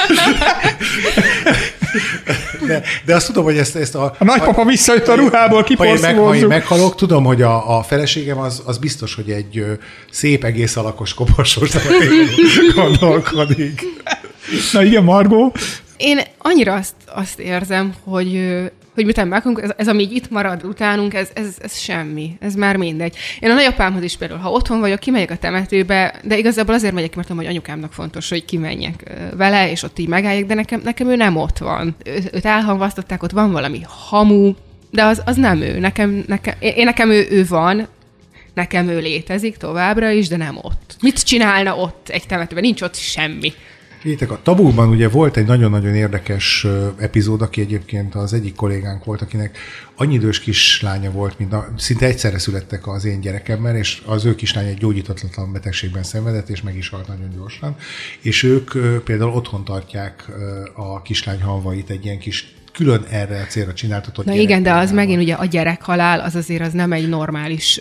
De azt tudom, hogy ezt a nagypapa visszajött a ruhából, kiporszolózzuk. Ha én meghalok, tudom, hogy a feleségem az biztos, hogy egy szép, egész alakos koporsós gondolkodik. Na igen, Margó. Én annyira azt érzem, hogy miután meghalunk, ez ami így itt marad utánunk, ez semmi. Ez már mindegy. Én a nagyapámhoz is például, ha otthon vagyok, kimegyek a temetőbe, de igazából azért megyek, mert tudom, hogy anyukámnak fontos, hogy kimenjek vele, és ott így megálljak, de nekem ő nem ott van. Őt elhamvasztották, ott van valami hamu, de az nem ő. Nekem ő van, nekem ő létezik továbbra is, de nem ott. Mit csinálna ott egy temetőben? Nincs ott semmi. A Tabúban ugye volt egy nagyon-nagyon érdekes epizód, aki egyébként az egyik kollégánk volt, akinek annyi idős kislánya volt, mint szinte egyszerre születtek az én gyerekemmel, és az ő kislánya egy gyógyíthatatlan betegségben szenvedett, és meg is halt nagyon gyorsan. És ők például otthon tartják a kislány halvait egy ilyen kis külön erre a célra csináltatott. Na igen, de az megint ugye a gyerekhalál, az azért az nem egy normális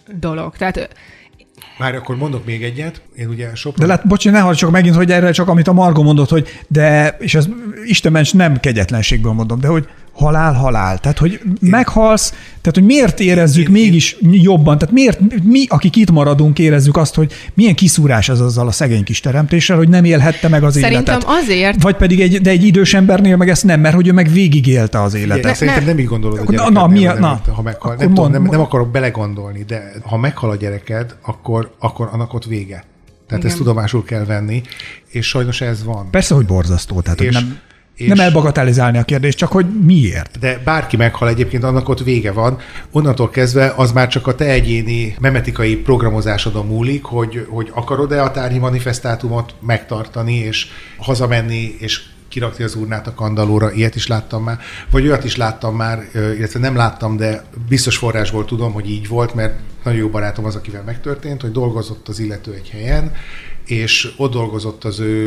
dolog. Tehát Várj, akkor mondok még egyet. Én ugye De bocsi, ne hallj csak megint, hogy erre csak amit a Margo mondott, hogy és ez Istenments nem kegyetlenségből mondom, de hogy halál. Tehát, hogy meghalsz, tehát, hogy miért érezzük mégis jobban, tehát miért mi, akik itt maradunk, érezzük azt, hogy milyen kiszúrás ez azzal a szegény kis teremtéssel, hogy nem élhette meg az Szerintem életet. Azért. Vagy pedig egy idős embernél meg ezt nem, mert hogy ő meg végigélte az életet. Szerintem nem így gondolod a gyereked, ha meghal. Nem akarok belegondolni, de ha meghal a gyereked, akkor annak ott vége. Tehát ezt tudomásul kell venni, és sajnos ez van. Persze, hogy borzasztó, tehát hogy nem elbagatelizálni a kérdést, csak hogy miért. De bárki meghal egyébként, annak ott vége van. Onnantól kezdve az már csak a te egyéni memetikai programozásodon múlik, hogy akarod-e a tárgyi manifestátumot megtartani, és hazamenni, és kirakni az urnát a kandallóra, ilyet is láttam már, vagy olyat is láttam már, illetve nem láttam, de biztos forrásból tudom, hogy így volt, mert nagyon jó barátom az, akivel megtörtént, hogy dolgozott az illető egy helyen, és ott dolgozott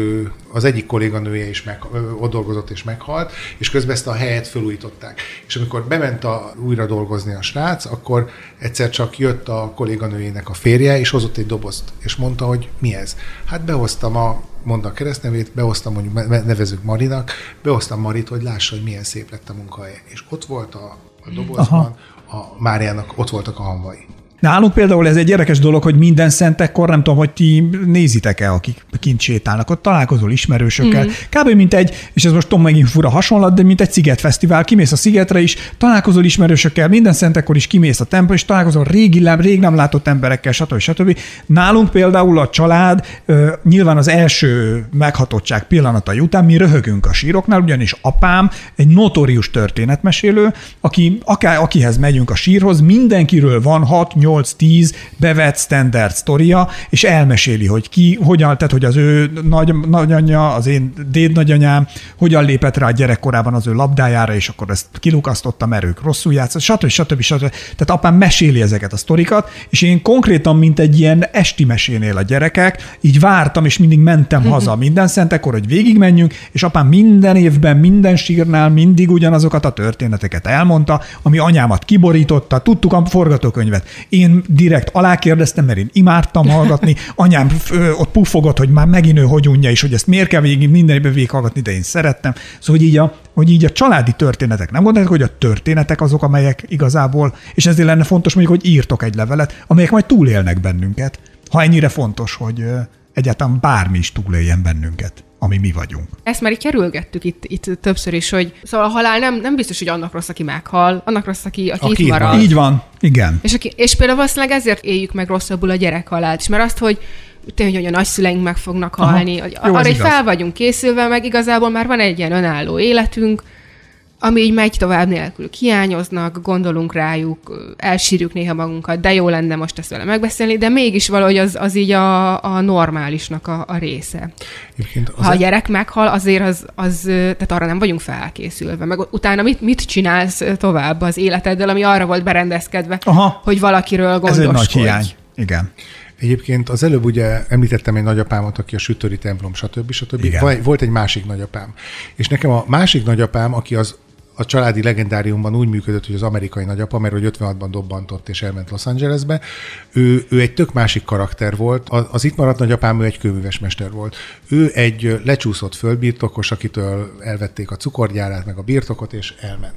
az egyik kolléganője is ott dolgozott és meghalt, és közben ezt a helyet felújították. És amikor bement újra dolgozni a srác, akkor egyszer csak jött a kolléganőjének a férje, és hozott egy dobozt, és mondta, hogy mi ez? Hát behoztam mondta a keresztnevét, behoztam, mondjuk nevezzük Marinak, behoztam Marit, hogy lássa, hogy milyen szép lett a munkahelye. És ott volt a dobozban, a Máriának ott voltak a hamvai. Nálunk például ez egy érdekes dolog, hogy minden szentekkor, nem tudom, hogy ti nézitek-e, akik kint sétálnak, ott találkozol ismerősökkel. Kb. Mint és ez most tudom megint fura hasonlat, de mint egy szigetfesztivál, kimész a szigetre is, találkozol ismerősökkel, minden szentekkor is kimész a templomba, és találkozol rég nem látott emberekkel, stb. Nálunk például a család nyilván az első meghatottság pillanatai után mi röhögünk a síroknál, ugyanis apám egy notórius történetmesélő, akihez megyünk a sírhoz, mindenkiről van 6-8-10 bevett standard sztoria, és elmeséli, hogy ki, hogyan, tehát hogy az ő nagyanyja, az én dédnagyanyám, hogyan lépett rá a gyerekkorában az ő labdájára, és akkor ezt kilukasztotta, mert ők rosszul játszott, stb. Tehát apám meséli ezeket a sztorikat, és én konkrétan, mint egy ilyen esti mesénél a gyerekek, így vártam, és mindig mentem haza minden szentekor, hogy végigmenjünk, és apám minden évben, minden sírnál mindig ugyanazokat a történeteket elmondta, ami anyámat kiborította, tudtuk a forgatókönyvet. Én direkt alákérdeztem, mert én imádtam hallgatni. Anyám ott puffogott, hogy már megint ő hogy unja, és hogy ezt miért kell minden évben végighallgatni, de én szerettem. Szóval, hogy így a családi történetek, nem gondolják, hogy a történetek azok, amelyek igazából, és ezért lenne fontos mondjuk, hogy írtok egy levelet, amelyek majd túlélnek bennünket. Ha ennyire fontos, hogy egyáltalán bármi is túléljen bennünket, ami mi vagyunk. Ezt már így kerülgettük itt többször is, hogy szóval a halál nem biztos, hogy annak rossz, aki meghal, annak rossz, aki itt marad. Így van, igen. És például valószínűleg ezért éljük meg rosszabbul a gyerekhalált is, mert azt, hogy tényleg, hogy a nagyszüleink meg fognak halni, arra így fel vagyunk készülve, meg igazából már van egy ilyen önálló életünk, ami így megy tovább nélkülük. Hiányoznak, gondolunk rájuk, elsírjuk néha magunkat, de jó lenne most ezt vele megbeszélni, de mégis valahogy az így a normálisnak a része. Ha a gyerek meghal, azért tehát arra nem vagyunk felkészülve. Meg utána mit csinálsz tovább az életeddel, ami arra volt berendezkedve, hogy valakiről gondoskodj. Ez egy nagy hiány. Igen. Egyébként az előbb ugye említettem egy nagyapámot, aki a sütőri templom, stb. Volt egy másik nagyapám. És nekem a másik nagyapám, aki a családi legendáriumban úgy működött, hogy az amerikai nagyapa, mert hogy 56-ban dobbantott és elment Los Angelesbe. Ő egy tök másik karakter volt. Az itt maradt nagyapám, ő egy kőműves mester volt. Ő egy lecsúszott földbirtokos, akitől elvették a cukorgyárát, meg a birtokot, és elment.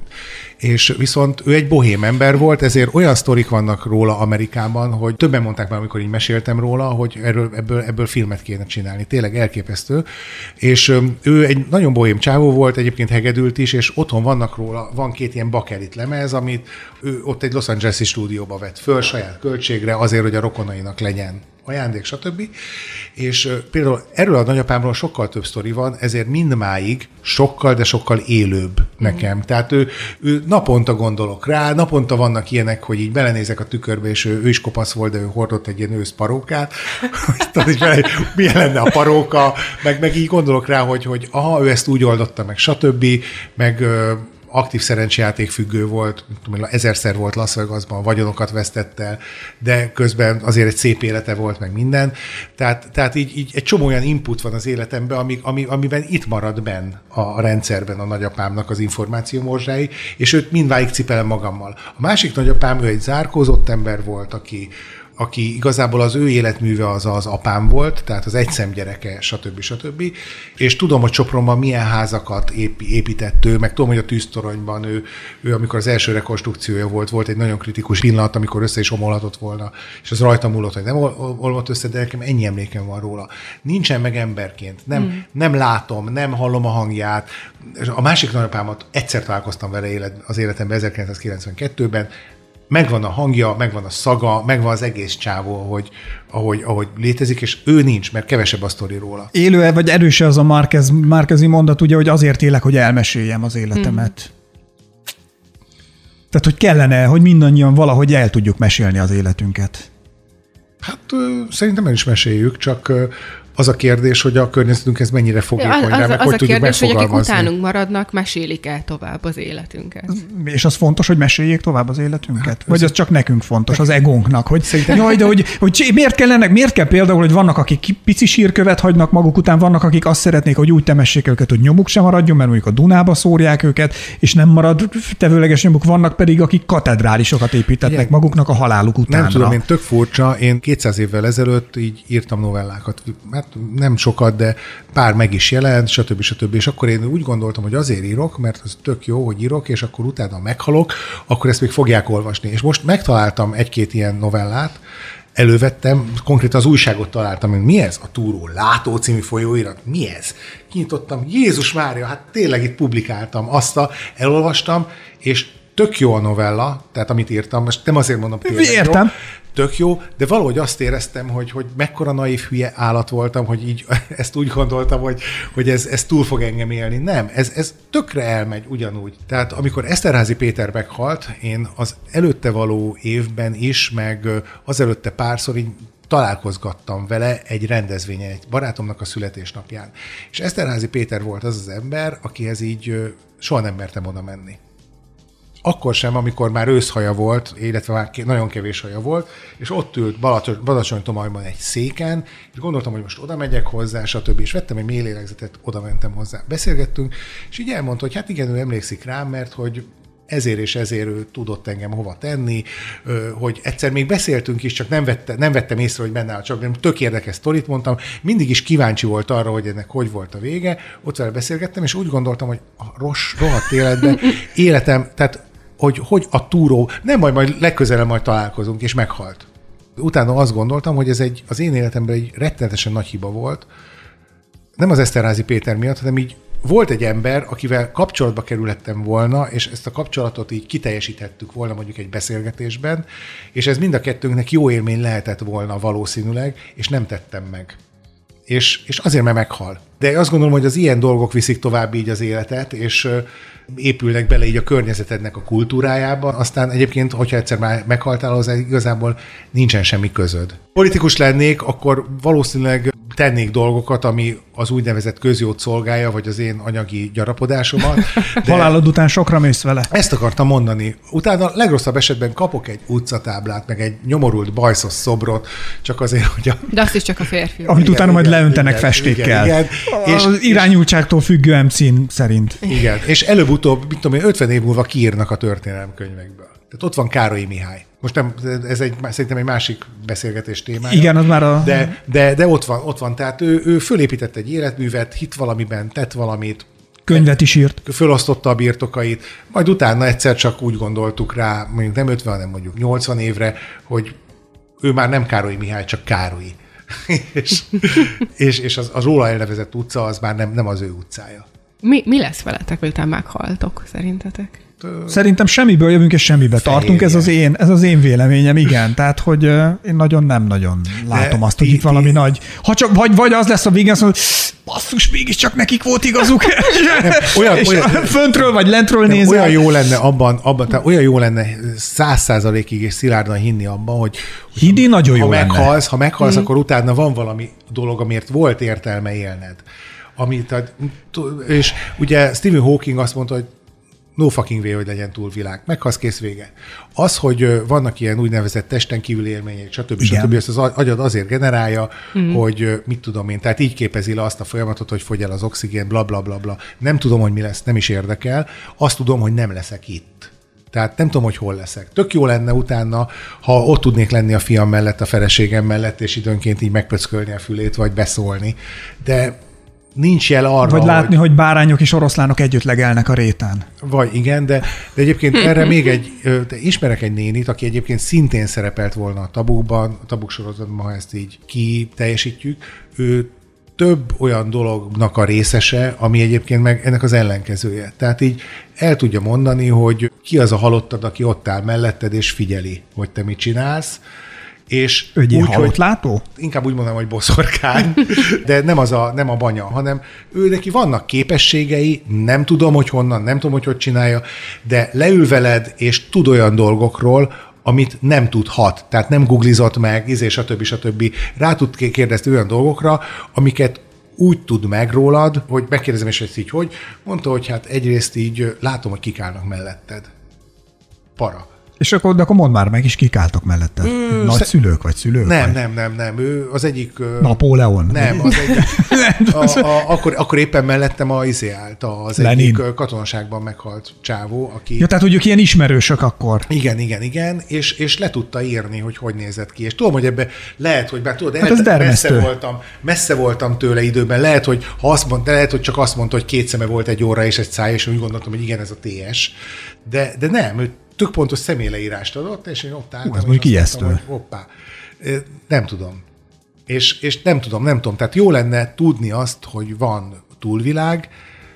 És viszont ő egy bohém ember volt, ezért olyan sztorik vannak róla Amerikában, hogy többen mondták már, amikor így meséltem róla, hogy ebből filmet kéne csinálni. Tényleg elképesztő. És ő egy nagyon bohém csávó volt, egyébként hegedült is, és otthon van 2 ilyen bakelit lemez, amit ő ott egy Los Angeles-i stúdióba vett föl saját költségre, azért, hogy a rokonainak legyen ajándék, stb. És például erről a nagyapámról sokkal több sztori van, ezért mindmáig sokkal, de sokkal élőbb nekem. Tehát ő naponta gondolok rá, naponta vannak ilyenek, hogy így belenézek a tükörbe, és ő is kopasz volt, de ő hordott egy ilyen ősz parókát. Milyen lenne a paróka, meg így gondolok rá, hogy ő ezt úgy oldotta meg, stb. Meg aktív szerencsejáték függő volt, 1000-szer volt Las Vegasban, vagyonokat vesztett el, de közben azért egy szép élete volt, meg minden. Tehát így egy csomó olyan input van az életemben, amiben itt marad benn a rendszerben a nagyapámnak az információmorzsái, és őt mindváig cipelem magammal. A másik nagyapám, ő egy zárkózott ember volt, aki igazából az ő életműve az apám volt, tehát az egyszemgyereke, stb. És tudom, hogy Sopronban milyen házakat épített ő, meg tudom, hogy a Tűztoronyban ő amikor az első rekonstrukciója volt egy nagyon kritikus pillanat, amikor össze is omolhatott volna, és az rajta múlott, hogy nem olvadt össze, de nekem ennyi emlékem van róla. Nincsen meg emberként, nem látom, nem hallom a hangját. A másik nagyapámat egyszer találkoztam vele az életemben 1992-ben, megvan a hangja, megvan a szaga, megvan az egész csávó, ahogy létezik, és ő nincs, mert kevesebb a sztori róla. Élő-e, vagy erőse az a Márquezi mondat, ugye, hogy azért élek, hogy elmeséljem az életemet. Tehát, hogy kellene, hogy mindannyian valahogy el tudjuk mesélni az életünket. Hát szerintem el is meséljük, csak az a kérdés, hogy a környezetünk ez mennyire fogékony rá, meg hogy tudjuk megfogalmazni. hogy akik utánunk maradnak, mesélik el tovább az életünket. És az fontos, hogy meséljék tovább az életünket? Hát, vagy az csak nekünk fontos, az egónknak, hogy jaj, de hogy miért kell például, hogy vannak, akik pici sírkövet hagynak maguk után, vannak, akik azt szeretnék, hogy úgy temessék őket, hogy nyomuk sem maradjon, mert mondjuk a Dunába szórják őket, és nem marad tevőleges nyomuk, vannak pedig, akik katedrálisokat építettek maguknak a haláluk utánra. Nem tudom, én tök furcsa, én 200 évvel ezelőtt így írtam novellákat. Nem sokat, de pár meg is jelent, stb. És akkor én úgy gondoltam, hogy azért írok, mert az tök jó, hogy írok, és akkor utána meghalok, akkor ezt még fogják olvasni. És most megtaláltam egy-két ilyen novellát, elővettem, konkrétan az újságot találtam, hogy mi ez? A Túró Látó című folyóirat? Mi ez? Kinyitottam, Jézus Mária, hát tényleg itt publikáltam, elolvastam, és tök jó a novella, tehát amit írtam, most nem azért mondom, tényleg értem. Jó, tök jó, de valahogy azt éreztem, hogy mekkora naív hülye állat voltam, hogy így ezt úgy gondoltam, hogy ez túl fog engem élni. Nem, ez tökre elmegy ugyanúgy. Tehát amikor Eszterházy Péter meghalt, én az előtte való évben is, meg az előtte párszor így találkozgattam vele egy rendezvényen, egy barátomnak a születésnapján. És Eszterházy Péter volt az az ember, akihez így soha nem mertem oda menni. Akkor sem, amikor már őszhaja volt, illetve már nagyon kevés haja volt, és ott ült Badacsony-Tomajban egy széken, és gondoltam, hogy most oda megyek hozzá, stb. És vettem egy mély lélegzetet, oda mentem hozzá. Beszélgettünk, és így elmondta, hogy hát igen, ő emlékszik rám, mert hogy ezért és ezért ő tudott engem hova tenni, hogy egyszer még beszéltünk is, csak nem vettem észre, hogy benne áll, csak nem tök érdekes sztorit mondtam, mindig is kíváncsi volt arra, hogy ennek hogy volt a vége, ott vele beszélgettem, és úgy gondoltam, hogy a rohadt életem, tehát hogy a túró, nem majd legközelebb majd találkozunk, és meghalt. Utána azt gondoltam, hogy ez az én életemben egy rettenetesen nagy hiba volt, nem az Eszterházy Péter miatt, hanem így volt egy ember, akivel kapcsolatba kerülhettem volna, és ezt a kapcsolatot így kiteljesíthettük volna mondjuk egy beszélgetésben, és ez mind a kettőnknek jó élmény lehetett volna valószínűleg, és nem tettem meg. És azért, mert meghal. De azt gondolom, hogy az ilyen dolgok viszik tovább így az életet, és épülnek bele így a környezetednek a kultúrájába, aztán egyébként, hogyha egyszer már meghaltál, az igazából nincsen semmi közöd. Politikus lennék, akkor valószínűleg tennék dolgokat, ami az úgynevezett közjót szolgálja, vagy az én anyagi gyarapodásomat. Halálod után sokra mész vele. Ezt akartam mondani. Utána legrosszabb esetben kapok egy utcatáblát, meg egy nyomorult bajszos szobrot, csak azért, hogy De azt is csak a férfi. Amit utána majd leöntenek festékkel. Igen. És az irányultságtól függő M-cím szerint. Igen, és előbb-utóbb, mit tudom én, 50 év múlva kiírnak a történelemkönyvekből. Tehát ott van Károlyi Mihály. Most nem, ez szerintem egy másik beszélgetés témája. Igen, az már a... De ott van. Tehát ő fölépített egy életművet, hitt valamiben, tett valamit. Könyvet is írt. Fölosztotta a birtokait. Majd utána egyszer csak úgy gondoltuk rá, mondjuk nem 50, hanem mondjuk 80 évre, hogy ő már nem Károlyi Mihály, csak Károlyi. és az róla elnevezett utca az már nem az ő utcája. Mi lesz veletek, hogy utána meghaltok, szerintetek? Szerintem semmiből jövünk, és semmibe tartunk. Ez az én véleményem, igen. Tehát, hogy én nem nagyon látom azt, hogy itt valami nagy... Ha csak, vagy az lesz a végén, azt mondod, basszus, mégiscsak nekik volt igazuk. Olyan föntről vagy lentről nézel. Olyan jó lenne tehát olyan jó lenne 100%-ig és szilárdan hinni abban, hogy hinni nagyon jó lenne. Ha meghalsz, akkor utána van valami dolog, amiért volt értelme élned. És ugye Stephen Hawking azt mondta, hogy no fucking way, hogy legyen túlvilág. Meghalsz, kész, vége. Az, hogy vannak ilyen úgynevezett testen kívüli élmények, stb. Ezt az agyad azért generálja, hogy mit tudom én, tehát így képezi le azt a folyamatot, hogy fogy el az oxigén, bla, bla, bla, bla. Nem tudom, hogy mi lesz, nem is érdekel. Azt tudom, hogy nem leszek itt. Tehát nem tudom, hogy hol leszek. Tök jó lenne utána, ha ott tudnék lenni a fiam mellett, a feleségem mellett, és időnként így megpöckölni a fülét, vagy beszólni. De nincs jel arra, vagy látni, hogy bárányok és oroszlánok együtt legelnek a réten. Vagy igen, de egyébként erre még ismerek egy nénit, aki egyébként szintén szerepelt volna a Tabukban, a Tabuk sorozatban, ha ezt így kiteljesítjük. Ő több olyan dolognak a részese, ami egyébként meg ennek az ellenkezője. Tehát így el tudja mondani, hogy ki az a halottad, aki ott áll melletted, és figyeli, hogy te mit csinálsz. És úgy, halottlátó? Inkább úgy mondom, hogy boszorkány, de nem a banya, hanem ő neki vannak képességei, nem tudom, hogy honnan, nem tudom, hogy csinálja, de leül veled, és tud olyan dolgokról, amit nem tudhat. Tehát nem googlizott meg, stb. Rá tud kérdezni olyan dolgokra, amiket úgy tud meg rólad, hogy megkérdezem, és ezt így hogy, mondta, hogy hát egyrészt így látom, hogy kik állnak melletted. Para. És akkor mondd már meg is, kik álltok melletted. Nagyszülők vagy szülők? Nem. Ő az egyik... Napóleon? Nem, az egyik... akkor éppen mellettem állt az Lenin. Egyik katonaságban meghalt csávó, aki... Ja, tehát mondjuk ilyen ismerősök akkor. Igen, és le tudta írni, hogy nézett ki. És tudom, hogy ebbe lehet, hogy bár tudod, messze voltam tőle időben, lehet, hogy csak azt mondta, hogy 2 szeme volt, egy óra és egy száj, és úgy gondoltam, hogy igen, ez a TS. De nem, ő tök pontos személyleírást adott, és én ott álltam, ez mondjuk ijesztő. Hogy hoppá, nem tudom. És nem tudom. Tehát jó lenne tudni azt, hogy van túlvilág,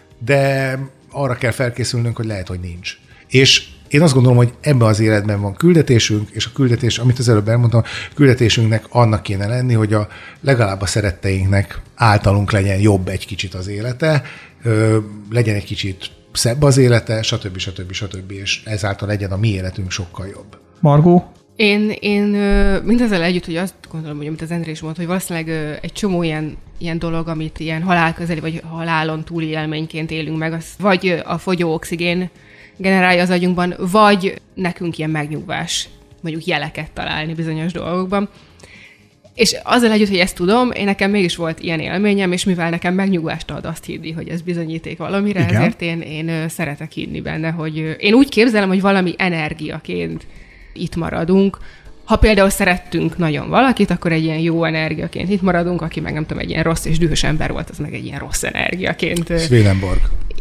de arra kell felkészülnünk, hogy lehet, hogy nincs. És én azt gondolom, hogy ebben az életben van küldetésünk, és a küldetés, amit az előbb elmondtam, küldetésünknek annak kéne lenni, hogy legalább a szeretteinknek általunk legyen jobb egy kicsit az élete, legyen egy kicsit szebb az élete, stb. És ezáltal legyen a mi életünk sokkal jobb. Margó? Én mindezzel együtt, hogy azt gondolom, hogy amit az Endre is mondta, hogy valószínűleg egy csomó ilyen dolog, amit ilyen halálközeli vagy halálon túli élményként élünk meg, az vagy a fogyó oxigén generálja az agyunkban, vagy nekünk ilyen megnyugvás, mondjuk jeleket találni bizonyos dolgokban. És azzal együtt, hogy ezt tudom, nekem mégis volt ilyen élményem, és mivel nekem megnyugvást ad azt hinni, hogy ez bizonyíték valamire, igen. Ezért én szeretek hinni benne, hogy én úgy képzelem, hogy valami energiaként itt maradunk. Ha például szerettünk nagyon valakit, akkor egy ilyen jó energiaként itt maradunk, aki meg nem tudom, egy ilyen rossz és dühös ember volt, az meg egy ilyen rossz energiaként. Swedenborg.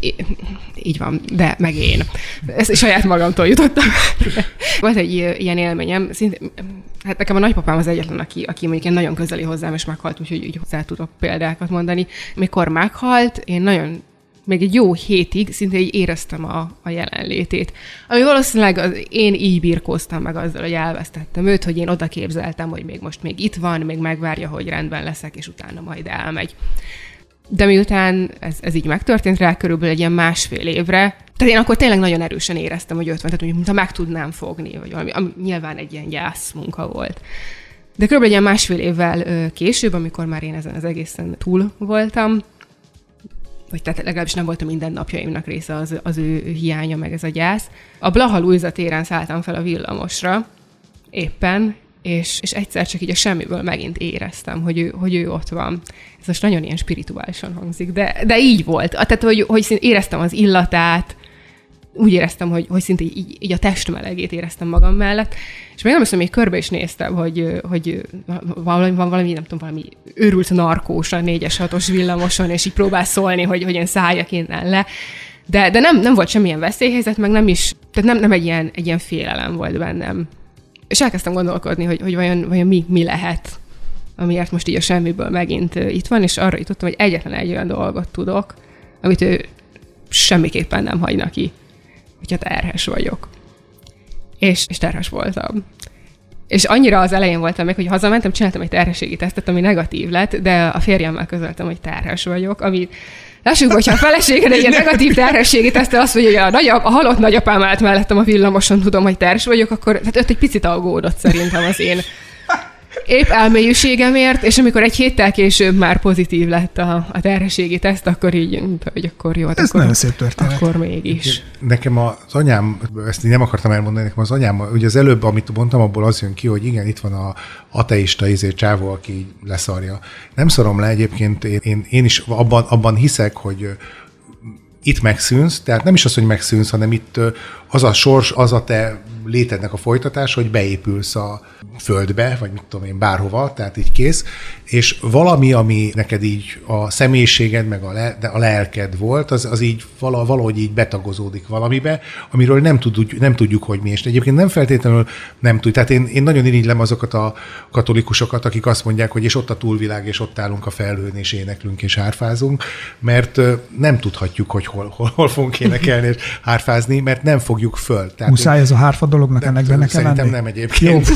Így van, de meg én. Ezt saját magamtól jutottam. Volt egy ilyen élményem, hát nekem a nagypapám az egyetlen, aki mondjuk nagyon közeli hozzám, és meghalt, úgyhogy így hozzá tudok példákat mondani. Mikor meghalt, én nagyon, még egy jó hétig szinte így éreztem a jelenlétét. Ami valószínűleg én így birkóztam meg azzal, hogy elvesztettem őt, hogy én oda képzeltem, hogy még itt van, még megvárja, hogy rendben leszek, és utána majd elmegy. De miután ez így megtörtént rá körülbelül egy ilyen 1,5 évre, tehát én akkor tényleg nagyon erősen éreztem, hogy ott van, tehát mintha meg tudnám fogni, vagy valami, ami nyilván egy ilyen gyász munka volt. De körülbelül egy ilyen 1,5 évvel később, amikor már én ezen az egészen túl voltam, vagy tehát legalábbis nem voltam minden napjaimnak része az ő hiánya, meg ez a gyász, a Blaha Lujza téren szálltam fel a villamosra éppen, és egyszer csak így a semmiből megint éreztem, hogy ő ott van. Ez most nagyon ilyen spirituálisan hangzik, de így volt. Tehát, hogy éreztem az illatát, úgy éreztem, hogy szinte így a testmelegét éreztem magam mellett, és még nem hiszem, hogy körbe is néztem, hogy valami, nem tudom, valami őrült narkós a 4-6-os villamoson, és így próbál szólni, hogy én szálljak innen le. De nem volt semmilyen veszélyhelyzet, meg nem is, tehát nem egy ilyen félelem volt bennem. És elkezdtem gondolkodni, hogy vajon mi lehet, amiért most így a semmiből megint itt van, és arra jutottam, hogy egyetlen egy olyan dolgot tudok, amit ő semmiképpen nem hagyna ki, hogyha terhes vagyok. És terhes voltam. És annyira az elején voltam még, hogy hazamentem, csináltam egy terhességi tesztet, ami negatív lett, de a férjemmel közöltem, hogy terhes vagyok, ami lássuk, hogyha a feleséged egy ilyen negatív terhességi tesztel azt mondja, hogy a halott nagyapám állt mellettem a villamoson, tudom, hogy terhes vagyok, akkor hát ott egy picit aggódott szerintem az én épp elmélyűségemért, és amikor egy héttel később már pozitív lett a terhességi teszt, akkor így, hogy akkor jó. Ez nagyon szép történet. Akkor mégis. Nekem az anyám, ezt így nem akartam elmondani, nekem az anyám, ugye az előbb, amit mondtam, abból az jön ki, hogy igen, itt van a ateista csávó, aki így leszarja. Nem szarom le egyébként, én is abban hiszek, hogy itt megszűnsz, tehát nem is az, hogy megszűnsz, hanem itt az a sors, az a te létednek a folytatás, hogy beépülsz a földbe, vagy mit tudom én, bárhova, tehát így kész, és valami, ami neked így a személyiséged, meg a lelked volt, az így valahogy így betagozódik valamibe, amiről nem tudjuk, hogy mi. És egyébként nem feltétlenül nem tudjuk. Tehát én nagyon irigylem azokat a katolikusokat, akik azt mondják, hogy és ott a túlvilág, és ott állunk a felhőn, és éneklünk, és hárfázunk, mert nem tudhatjuk, hogy hol fogunk énekelni, és hárfázni, mert nem fogjuk föl. Tehát muszáj ez a hárfa dolognak ennek benne kell lenni? Szerintem nem egyébként.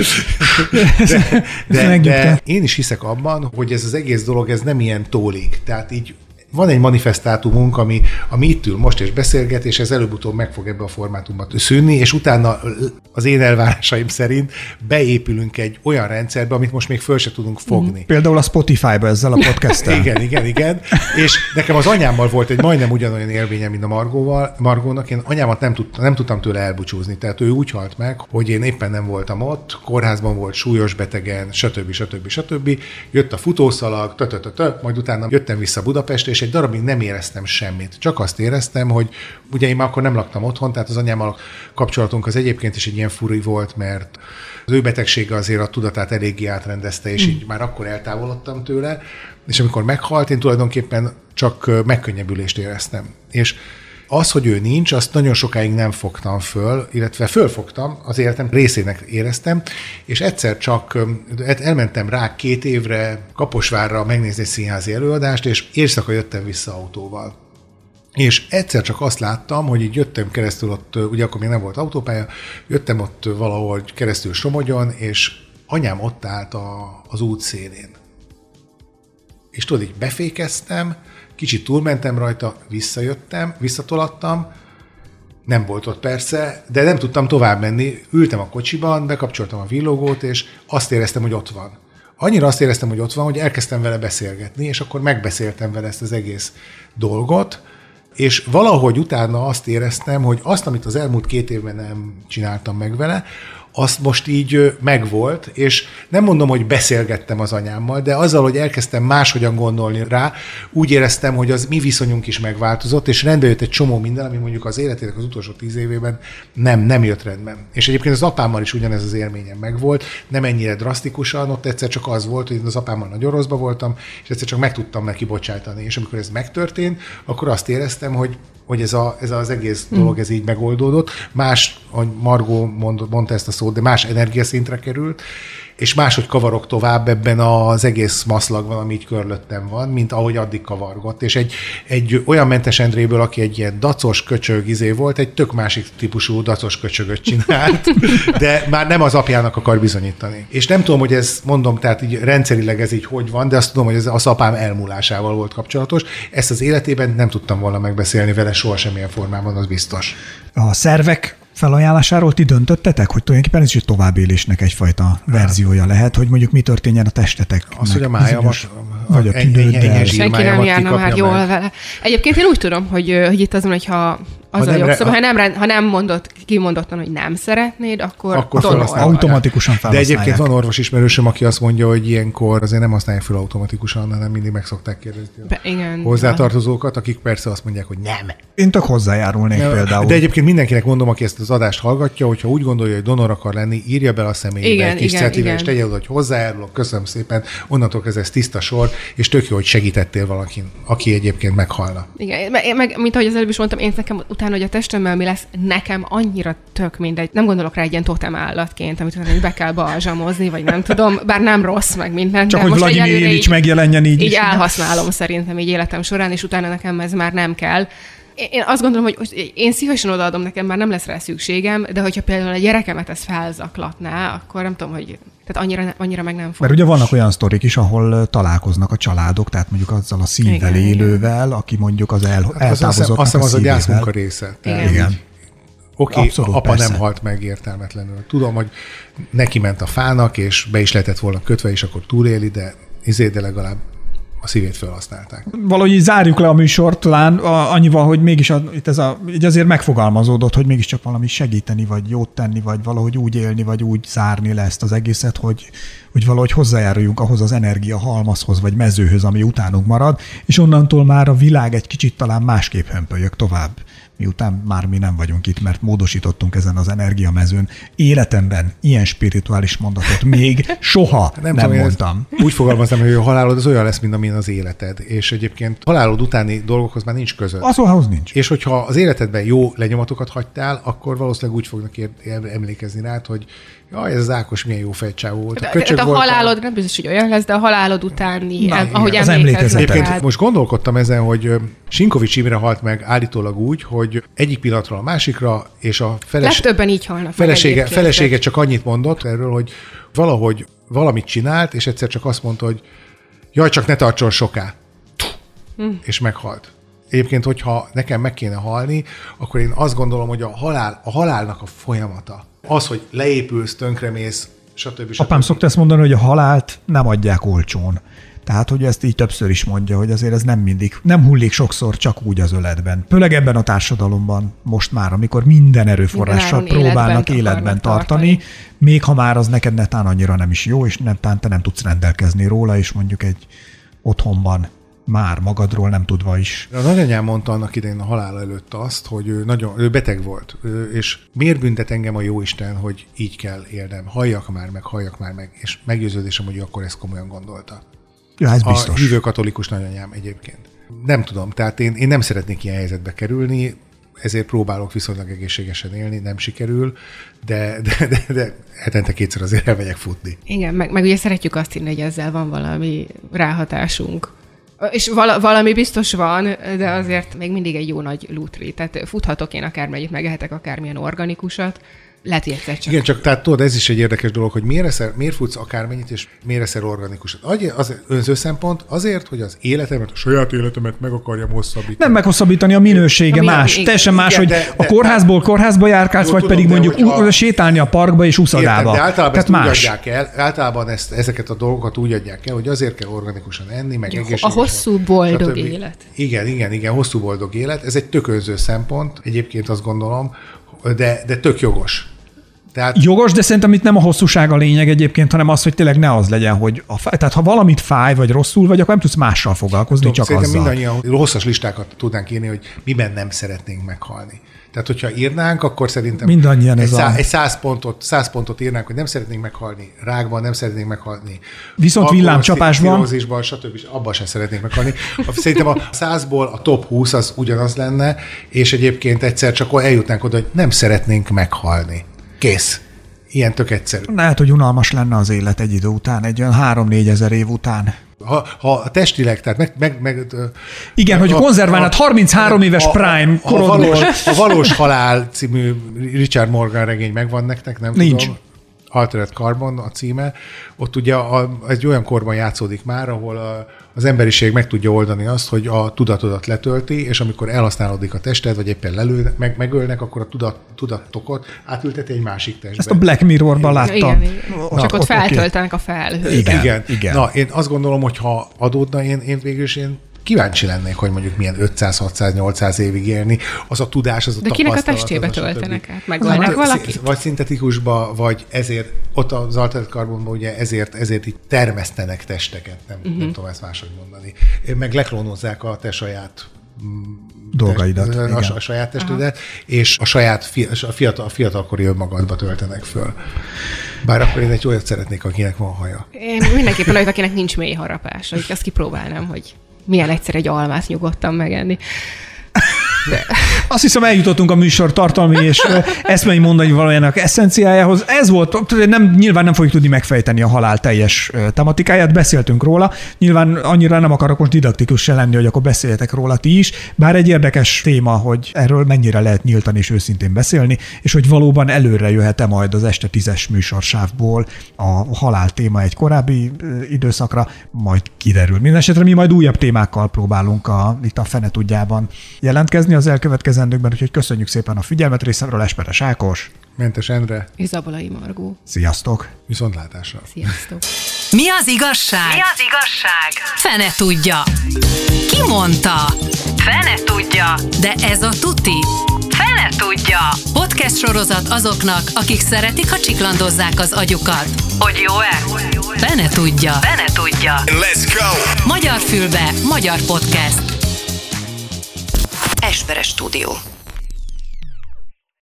De én is hiszek abban, hogy ez az egész dolog, ez nem ilyen tólig. Tehát így van egy manifestátumunk, ami itt ül most és beszélget, és ez előbb-utóbb meg fog ebbe a formátumban szűnni, és utána az én elvárásaim szerint beépülünk egy olyan rendszerbe, amit most még föl se tudunk fogni. Például a Spotify-ba ezzel a podcasttel. Igen. És nekem az anyámmal volt egy majdnem ugyanolyan élményem, mint a Margónak. Én anyámat nem tudtam tőle elbúcsúzni. Tehát ő úgy halt meg, hogy én éppen nem voltam ott, kórházban volt, súlyos betegen, stb. Jött a futószalag, majd utána jöttem vissza Budapestre, és egy darabig nem éreztem semmit. Csak azt éreztem, hogy ugye én már akkor nem laktam otthon, tehát az anyámmal kapcsolatunk az egyébként is egy ilyen furi volt, mert az ő betegsége azért a tudatát eléggé átrendezte, és így már akkor eltávolodtam tőle, és amikor meghalt, én tulajdonképpen csak megkönnyebbülést éreztem. És az, hogy ő nincs, azt nagyon sokáig nem fogtam föl, illetve fölfogtam, az életem részének éreztem, és egyszer csak elmentem rá 2 évre Kaposvárra megnézni egy színházi előadást, és éjszaka jöttem vissza autóval. És egyszer csak azt láttam, hogy így jöttem keresztül ott, ugye akkor még nem volt autópálya, jöttem ott valahogy keresztül Somogyon, és anyám ott állt az út szélén. És tudod, így befékeztem, kicsit túlmentem rajta, visszatolattam, nem volt ott persze, de nem tudtam tovább menni, ültem a kocsiban, bekapcsoltam a villogót, és azt éreztem, hogy ott van. Annyira azt éreztem, hogy ott van, hogy elkezdtem vele beszélgetni, és akkor megbeszéltem vele ezt az egész dolgot, és valahogy utána azt éreztem, hogy azt, amit az elmúlt 2 évben nem csináltam meg vele, azt most így megvolt, és nem mondom, hogy beszélgettem az anyámmal, de azzal, hogy elkezdtem máshogyan gondolni rá, úgy éreztem, hogy az mi viszonyunk is megváltozott, és rendbe jött egy csomó minden, ami mondjuk az életének az utolsó 10 évében nem jött rendben. És egyébként az apámmal is ugyanez az élményem megvolt, nem ennyire drasztikusan, ott egyszer csak az volt, hogy az apámmal nagyon rosszba voltam, és egyszer csak meg tudtam neki bocsájtani. És amikor ez megtörtént, akkor azt éreztem, hogy ez az egész dolog ez így megoldódott. Más, ahogy Margó mondta ezt a szót, de más energiaszintre került, és máshogy kavarok tovább ebben az egész maszlagban, ami így körülöttem van, mint ahogy addig kavargott. És egy olyan Mentes Endréből, aki egy ilyen dacos köcsög volt, egy tök másik típusú dacos köcsögöt csinált, de már nem az apjának akar bizonyítani. És nem tudom, hogy ez, mondom, tehát így rendszerileg ez így hogy van, de azt tudom, hogy ez az apám elmúlásával volt kapcsolatos. Ezt az életében nem tudtam volna megbeszélni vele soha semmilyen formában, az biztos. A szervek felajánlásáról ti döntöttetek, hogy tulajdonképpen ez is egy továbbélésnek egyfajta verziója lehet, hogy mondjuk mi történjen a testetek. Az, hogy a májamat, vagy a tüdőddel. Senki nem járna már jól vele. Egyébként én úgy tudom, hogy itt azon, hogyha az a jogszabály, ha nem kimondottan, hogy nem szeretnéd, akkor automatikusan felhasználják. De egyébként van orvos ismerősöm, aki azt mondja, hogy ilyenkor azért nem használják fel automatikusan, hanem mindig meg szokták kérdezni hozzátartozókat, akik persze azt mondják, hogy nem. Én tök hozzájárulnék például. De egyébként mindenkinek mondom, aki ezt az adást hallgatja, hogyha úgy gondolja, hogy donor akar lenni, írja be a személybe egy kis cetlivel, és tegye oda, hogy hozzájárulok, köszönöm szépen, onnantól kezdve ez tiszta sor, és tök jó, hogy segítettél valakin, aki egyébként meghalna. Igen, meg mint ahogy az előbb is mondtam, én nekem utána, hogy a testemmel mi lesz, nekem annyira tök mindegy. Nem gondolok rá egy ilyen totem állatként, amit utána be kell balzsamozni, vagy nem tudom, bár nem rossz, meg minden. Csak hogy Vladimir Ilyics megjelenjen így. Így elhasználom szerintem így életem során, és utána nekem ez már nem kell. Én azt gondolom, hogy én szívesen odaadom, nekem már nem lesz rá szükségem, de hogyha például a gyerekemet ez felzaklatná, akkor nem tudom, hogy tehát annyira meg nem fog. Mert ugye vannak olyan sztorik is, ahol találkoznak a családok, tehát mondjuk azzal a szívvel élővel, aki mondjuk az eltávozott. Azt hiszem az a gyászmunka része. Igen. Oké, apa persze. Nem halt meg értelmetlenül. Tudom, hogy neki ment a fának, és be is lehetett volna kötve, és akkor túléli, de legalább a szívét felhasználták. Valahogy így zárjuk le a műsort talán annyival, hogy mégis így azért megfogalmazódott, hogy mégiscsak valami segíteni, vagy jót tenni, vagy valahogy úgy élni, vagy úgy zárni le ezt az egészet, hogy valahogy hozzájáruljunk ahhoz az energiahalmazhoz, vagy mezőhöz, ami utánunk marad, és onnantól már a világ egy kicsit talán másképp hömpölyög tovább. Miután már mi nem vagyunk itt, mert módosítottunk ezen az energiamezőn. Életemben ilyen spirituális mondatot még soha nem mondtam. Úgy fogalmaztam, hogy a halálod az olyan lesz, mint amilyen az életed. És egyébként halálod utáni dolgokhoz már nincs között. Ahhoz nincs. És hogyha az életedben jó lenyomatokat hagytál, akkor valószínűleg úgy fognak emlékezni rád, hogy jaj, ez az Ákos milyen jó fejcsávó volt. A halálod nem biztos, hogy olyan lesz, de a halálod utáni, ahogy emlékeznek. Egyébként most gondolkodtam ezen, hogy Sinkovics Imre halt meg állítólag úgy, hogy egyik pillanatról a másikra, és a legtöbben így halnak. Felesége csak annyit mondott erről, hogy valahogy valamit csinált, és egyszer csak azt mondta, hogy jaj, csak ne tartson soká. És meghalt. Egyébként, hogyha nekem meg kéne halni, akkor én azt gondolom, hogy a halálnak a folyamata, az, hogy leépülsz, tönkremész, stb. Apám szokta ezt mondani, hogy a halált nem adják olcsón. Tehát, hogy ezt így többször is mondja, hogy azért ez nem hullik sokszor csak úgy az öletben. Főleg ebben a társadalomban most már, amikor minden erőforrással próbálnak életben tartani, még ha már az neked netán annyira nem is jó, és netán te nem tudsz rendelkezni róla, és mondjuk egy otthonban már magadról nem tudva is. A nagyanyám mondta annak idején a halála előtt azt, hogy ő beteg volt, és miért büntet engem a jóisten, hogy így kell élnem. Halljak már meg, és meggyőződésem, hogy ő akkor ezt komolyan gondolta. Ja, ez biztos. A hívő katolikus nagyanyám egyébként. Nem tudom, tehát én nem szeretnék ilyen helyzetbe kerülni, ezért próbálok viszonylag egészségesen élni, nem sikerül, de hetente 2-szer azért elmegyek futni. Igen, meg ugye szeretjük azt hinni, hogy ezzel van valami ráhatásunk. És valami biztos van, de azért még mindig egy jó nagy lútri. Tehát futhatok én akármennyit, megehetek akármilyen organikusat, lehet, hogy egyszer csak. Igen, csak tehát tudod, ez is egy érdekes dolog, hogy miért futsz akármennyit, és miért eszel organikusat. Az önző szempont azért, hogy az életemet, a saját életemet meg akarjam hosszabbítani. Nem meghosszabbítani, a minősége más. Teljesen más, hogy a kórházból kórházba járkálsz, vagy pedig mondjuk sétálni a parkba és uszadába. De általában ezt úgy adják el, általában ezeket a dolgokat úgy adják el, hogy azért kell organikusan enni, meg egészségesen. A hosszú boldog élet. Igen, hosszú boldog élet. Ez egy tök önző szempont, egyébként azt gondolom, de tök jogos. Jogos, de szerintem itt nem a hosszúság a lényeg egyébként, hanem az, hogy tényleg ne az legyen, hogy tehát ha valamit fáj, vagy rosszul vagy, akkor nem tudsz mással foglalkozni, csak azzal. Szerintem mindannyian hosszas listákat tudnánk írni, hogy miben nem szeretnénk meghalni. Tehát, hogyha írnánk, akkor szerintem mindannyian egy 100 pontot írnánk, hogy nem szeretnénk meghalni rákban, nem szeretnénk meghalni. Viszont villámcsapásban. Stb. Abban sem szeretnénk meghalni. Szerintem a 100-ból a top 20 az ugyanaz lenne, és egyébként egyszer csak eljutnánk oda, hogy nem szeretnénk meghalni. Kész. Ilyen tök egyszerű. Lehet, hogy unalmas lenne az élet egy idő után, egy olyan 3-4 ezer év után. Ha testileg, tehát igen, hogy konzerválnád 33 éves prime korodból. A Valós halál című Richard Morgan regény megvan nektek, nem Nincs. Tudom. Altered Carbon a címe. Ott ugye egy olyan korban játszódik már, ahol az emberiség meg tudja oldani azt, hogy a tudatodat letölti, és amikor elhasználódik a tested, vagy éppen lelőnek, megölnek, akkor a tudatokat átülteti egy másik testbe. Ezt a Black Mirrorban láttam. Igen. Csak ott feltöltenek a felhőt. Igen. Na, én azt gondolom, hogy ha adódna, én kíváncsi lennék, hogy mondjuk milyen 500-600-800 évig élni, az a tudás, az a tapasztalat. De kinek a testébe töltenek át? Megölnek valakit? Vagy szintetikusba, vagy ezért, ott az Altered Carbonban ugye ezért így termesztenek testeket, nem tudom ezt máshogy mondani. Meg leklónozzák a te saját dolgaidat. A saját testedet, és a saját fiatalkori önmagadba töltenek föl. Bár akkor én egy olyat szeretnék, akinek van haja. Én mindenképpen olyat, akinek nincs mély harapás, hogy azt kipróbálnám, hogy milyen egyszer egy almát nyugodtan megenni. De. Azt hiszem, eljutottunk a műsor tartalmi és eszmei mondani valójának eszenciájához. Ez volt, nyilván nem fogjuk tudni megfejteni a halál teljes tematikáját, beszéltünk róla. Nyilván annyira nem akarok most didaktikus se lenni, hogy akkor beszéljetek róla ti is, bár egy érdekes téma, hogy erről mennyire lehet nyíltan és őszintén beszélni, és hogy valóban előre jöhet-e majd az este 10-es műsorsávból a halál téma egy korábbi időszakra, majd kiderül. Mindenesetre mi majd újabb témákkal próbálunk itt a Fene Tudjában jelentkezni. dolgozni az elkövetkezendőkben, úgyhogy köszönjük szépen a figyelmet részemről, Esperes Ákos, Mentes Endre és Zabolai Margó. Sziasztok! Viszontlátásra! Sziasztok! Mi az igazság? Mi az igazság? Fene tudja. Ki mondta? Fene tudja. De ez a tuti. Fene tudja. Podcast sorozat azoknak, akik szeretik, ha csiklandozzák az agyukat. Hogy jó-e? Fene tudja. Fene tudja. Let's go! Magyar fülbe, magyar podcast. Esperes Stúdió.